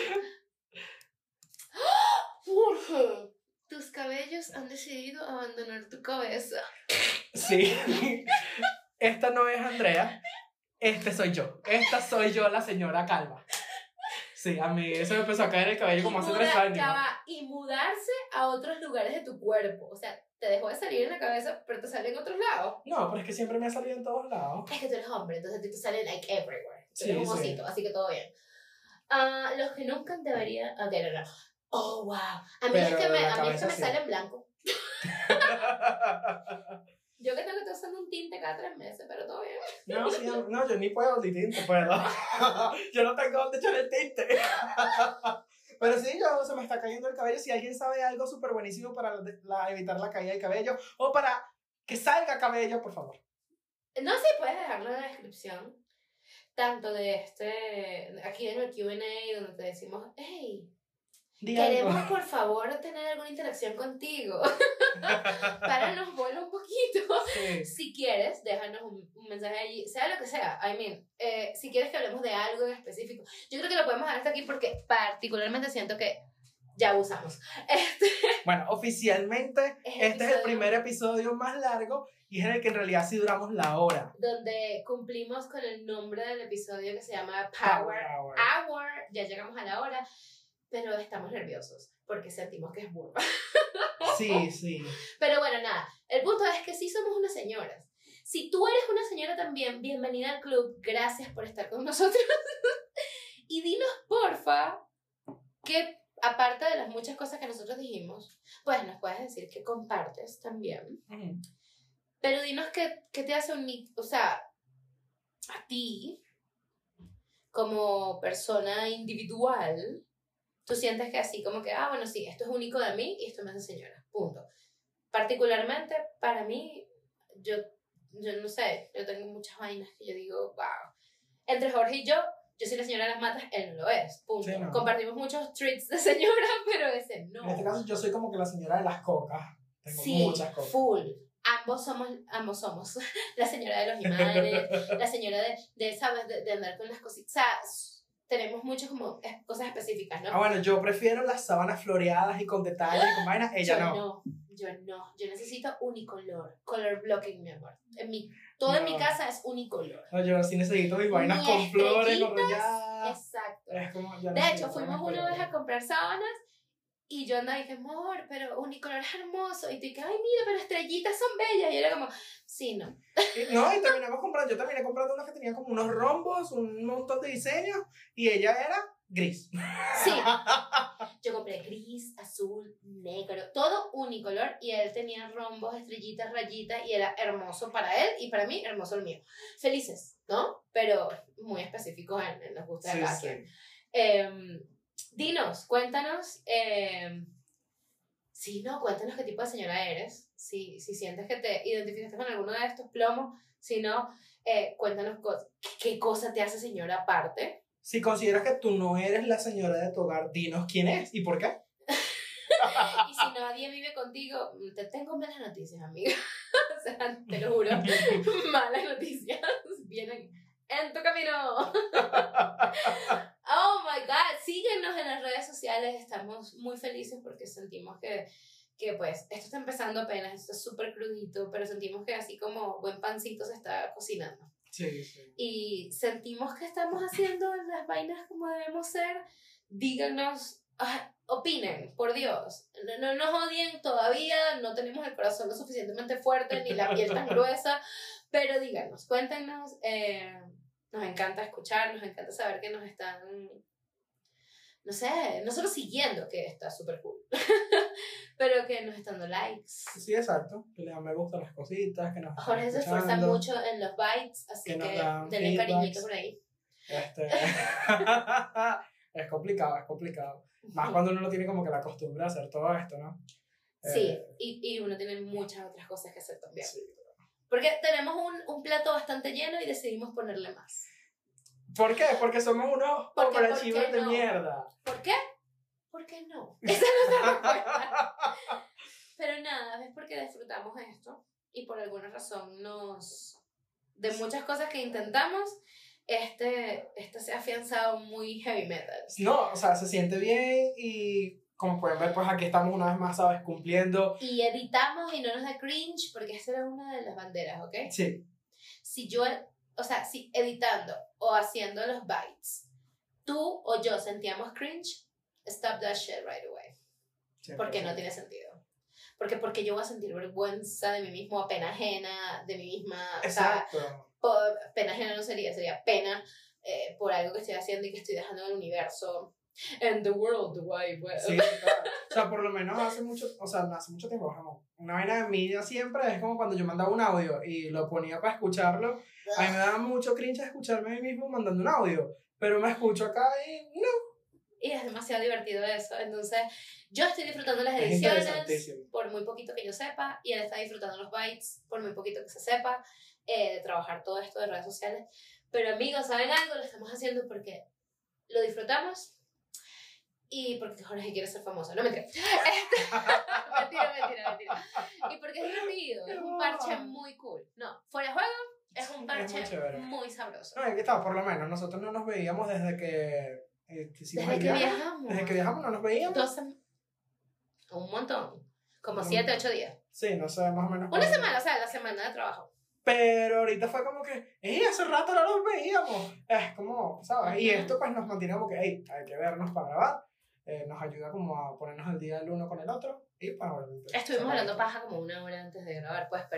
¡Ah! Jorge, tus cabellos han decidido abandonar tu cabeza. Sí. Esta no es Andrea, este soy yo. Esta soy yo, la señora calva. Sí, a mí eso me empezó a caer el cabello como Y hace muda- tres años. ya va, y mudarse a otros lugares de tu cuerpo. O sea, te dejó de salir en la cabeza, pero te sale en otros lados. No, pero es que siempre me ha salido en todos lados. Es que tú eres hombre, entonces a ti te sale like everywhere. Tú Sí, eres un sí. osito, así que todo bien. Ah, los que nunca deberían. Ok, no, no. Oh, wow. A mí es Pero que me, la a mí es que cabeza me sí. sale en blanco. Yo que tengo que estar usando un tinte cada tres meses, pero todo bien. No, sí, no, yo ni puedo ni tinte, puedo. Yo no tengo dónde echar el tinte. Pero sí, yo se me está cayendo el cabello. Si alguien sabe algo súper buenísimo para la- la- evitar la caída del cabello o para que salga cabello, por favor. No, sí, puedes dejarlo en la descripción. Tanto de este. Aquí en el Q and A, donde te decimos, hey, Di queremos algo. por favor tener alguna interacción contigo. Para nos vuelva un poquito. Sí. Si quieres, déjanos un, un mensaje allí, sea lo que sea. I mean, eh, si quieres que hablemos de algo en específico, yo creo que lo podemos dejar hasta aquí porque particularmente siento que ya abusamos. Este, Bueno, oficialmente Es este es el episodio- primer episodio más largo y es en el que en realidad sí duramos la hora. donde cumplimos con el nombre del episodio que se llama Power Hour. Hour. Ya llegamos a la hora, pero estamos nerviosos porque sentimos que es burba. Sí, sí. Pero bueno, nada. El punto es que sí somos unas señoras. Si tú eres una señora también, bienvenida al club, gracias por estar con nosotros. Y dinos, porfa, que aparte de las muchas cosas que nosotros dijimos, pues nos puedes decir que compartes también. Uh-huh. Pero dinos qué, qué te hace único, o sea, a ti, como persona individual, tú sientes que así como que, ah, bueno, sí, esto es único de mí y esto me hace señora, punto. Particularmente para mí, yo, yo no sé, yo tengo muchas vainas que yo digo, wow. Entre Jorge y yo, yo soy la señora de las matas, él no lo es, punto. Sí, no. Compartimos muchos treats de señora, pero ese no. En este caso yo soy como que la señora de las cocas. Tengo sí, muchas cocas. Full. Ambos somos, ambos somos la señora de los imanes, la señora de, de ¿sabes? De, de andar con las cositas. O sea, tenemos muchas como cosas específicas, ¿no? Ah, bueno, yo prefiero las sábanas floreadas y con detalles y con vainas, ella yo no. no. Yo no, yo necesito unicolor, color blocking, mi amor. En mi, todo no. en mi casa es unicolor. No, yo sí necesito mis vainas Ni con flores, con rayadas. Exacto. Es como, de hecho, fuimos una vez a comprar sábanas y yo andaba y dije, amor, pero unicolor es hermoso. Y tú dije, ay, mira, pero estrellitas son bellas. Y era como, sí, no. Y, no, y terminamos comprando, yo terminé comprando unas que tenían como unos rombos, un montón de diseños, y ella era gris. Sí. Yo compré gris, azul, negro, todo unicolor, y él tenía rombos, estrellitas, rayitas, y era hermoso para él y para mí, hermoso el mío. Felices, ¿no? Pero muy específicos en, en los gustos de cada quien. Eh, dinos, cuéntanos, eh, sí, no, cuéntanos qué tipo de señora eres, si, si sientes que te identificaste con alguno de estos plomos, si no, eh, cuéntanos co- qué cosa te hace señora aparte. Si consideras que tú no eres la señora de tu hogar, dinos quién es y por qué. Y si nadie vive contigo, te tengo malas noticias, amiga. O sea, te lo juro, malas noticias vienen en tu camino. Oh my God, síguenos en las redes sociales, estamos muy felices porque sentimos que, que pues, esto está empezando apenas, esto es súper crudito, pero sentimos que así como buen pancito se está cocinando. Sí, sí. Y sentimos que estamos haciendo las vainas como debemos ser. Díganos, ah, opinen, por Dios. No, no nos odien todavía, no tenemos el corazón lo suficientemente fuerte ni la piel tan gruesa, pero díganos, cuéntenos. Eh, nos encanta escuchar, nos encanta saber que nos están, no sé, no solo siguiendo, que está súper cool, pero que nos están dando likes. Sí, exacto. Que le dan me gusta a las cositas, que nos están Jorge se esfuerza mucho en los bytes, así que, que denle cariñito por ahí. Este... es complicado, es complicado. Más cuando uno no tiene como que la costumbre de hacer todo esto, ¿no? Sí, eh... y, y uno tiene muchas otras cosas que hacer también. Sí. Porque tenemos un, un plato bastante lleno y decidimos ponerle más. ¿Por qué? Porque somos unos overachievers de no? mierda. ¿Por qué? ¿Por qué no? Esa es nuestra respuesta. Pero nada, es porque disfrutamos esto y por alguna razón nos... De muchas cosas que intentamos, este, este se ha afianzado muy heavy metal. No, o sea, se siente bien y como pueden ver, pues aquí estamos una vez más, ¿sabes? Cumpliendo. Y editamos y no nos da cringe porque esa era una de las banderas, ¿ok? Sí. Si yo... O sea, si editando o haciendo los bytes, tú o yo sentíamos cringe, stop that shit right away. cien por ciento. Porque no tiene sentido. Porque, porque yo voy a sentir vergüenza de mí mismo, pena ajena de mí misma. Exacto. O sea, por, pena ajena no sería, sería pena eh, por algo que estoy haciendo y que estoy dejando en el universo. And the world, the wide web. Sí, claro. O sea, por lo menos hace mucho, o sea, hace mucho tiempo, bajamos. Una vaina de mí siempre es como cuando yo mandaba un audio y lo ponía para escucharlo. A mí me daba mucho cringe escucharme a mí mismo mandando un audio, pero me escucho acá y no. Y es demasiado divertido eso. Entonces, yo estoy disfrutando las ediciones por muy poquito que yo sepa, y él está disfrutando los bytes por muy poquito que se sepa, eh, de trabajar todo esto de redes sociales. Pero amigos, ¿saben algo? Lo estamos haciendo porque lo disfrutamos y porque Jorge quiere ser famoso. No, mentira. mentira, mentira, mentira. Y porque es divertido, es un parche muy cool. No, fuera de juego, es un parche es muy, muy sabroso. No, aquí está, por lo menos. Nosotros no nos veíamos desde que... Eh, desde que viajamos. Desde que viajamos no nos veíamos. Dos un montón. Como un, siete, ocho días. Sí, no sé, más o menos. Una semana, o sea, la semana de trabajo. Pero ahorita fue como que, ¡eh! Hace rato no nos veíamos. Es como, ¿sabes? Uh-huh. Y esto pues nos mantiene como que, ¡hey! Hay que vernos para grabar. Eh, nos ayuda como a ponernos al día el uno con el otro. Y para bueno, estuvimos hablando paja como una hora antes de grabar, pues, pero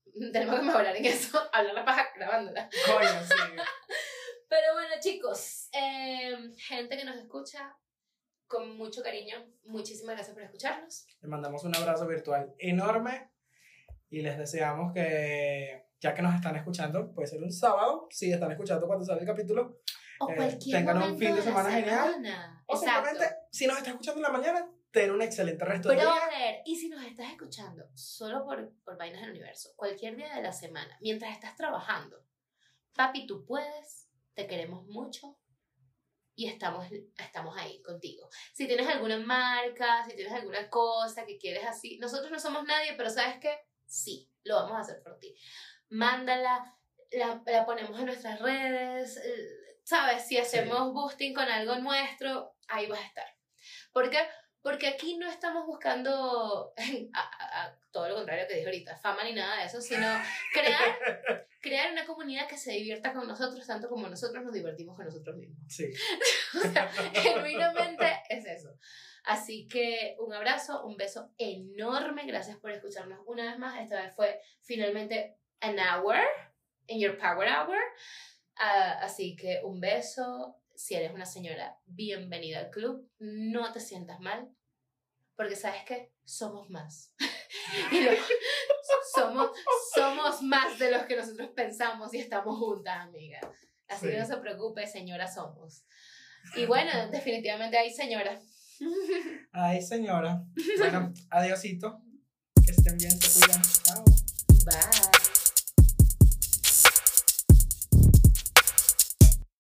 tenemos que mejorar en eso, hablar la paja grabándola. Coño, sí. Pero bueno, chicos, eh, gente que nos escucha, con mucho cariño, muchísimas gracias por escucharnos. Les mandamos un abrazo virtual enorme y les deseamos que, ya que nos están escuchando, puede ser un sábado, si están escuchando cuando sale el capítulo, O eh, cualquier tengan un momento fin de la semana genial. semana. O Exacto. simplemente, si nos están escuchando en la mañana, ten un excelente resto de día. Brother, y si nos estás escuchando solo por, por vainas del universo, cualquier día de la semana, mientras estás trabajando, papi, tú puedes, te queremos mucho y estamos, estamos ahí contigo. Si tienes alguna marca, si tienes alguna cosa que quieres así, nosotros no somos nadie, pero ¿sabes qué? Sí, lo vamos a hacer por ti. Mándala, la, la ponemos en nuestras redes, eh, ¿sabes? Si hacemos sí. boosting con algo nuestro, ahí vas a estar. ¿Por qué? Porque aquí no estamos buscando a, a, a, todo lo contrario que dije ahorita, fama ni nada de eso, sino crear, crear una comunidad que se divierta con nosotros tanto como nosotros nos divertimos con nosotros mismos. Sí. O sea, genuinamente es eso. Así que un abrazo, un beso enorme, gracias por escucharnos una vez más. Esta vez fue finalmente an hour, in your power hour. Uh, así que un beso. Si eres una señora, bienvenida al club. No te sientas mal, porque ¿sabes qué? Somos más. Y lo, somos, somos más de los que nosotros pensamos y estamos juntas, amiga. Así sí. que no se preocupe, señora somos. Y bueno, definitivamente hay señora. Ay, señora. Bueno, adiosito. Que estén bien, se cuidan. Chao. Bye.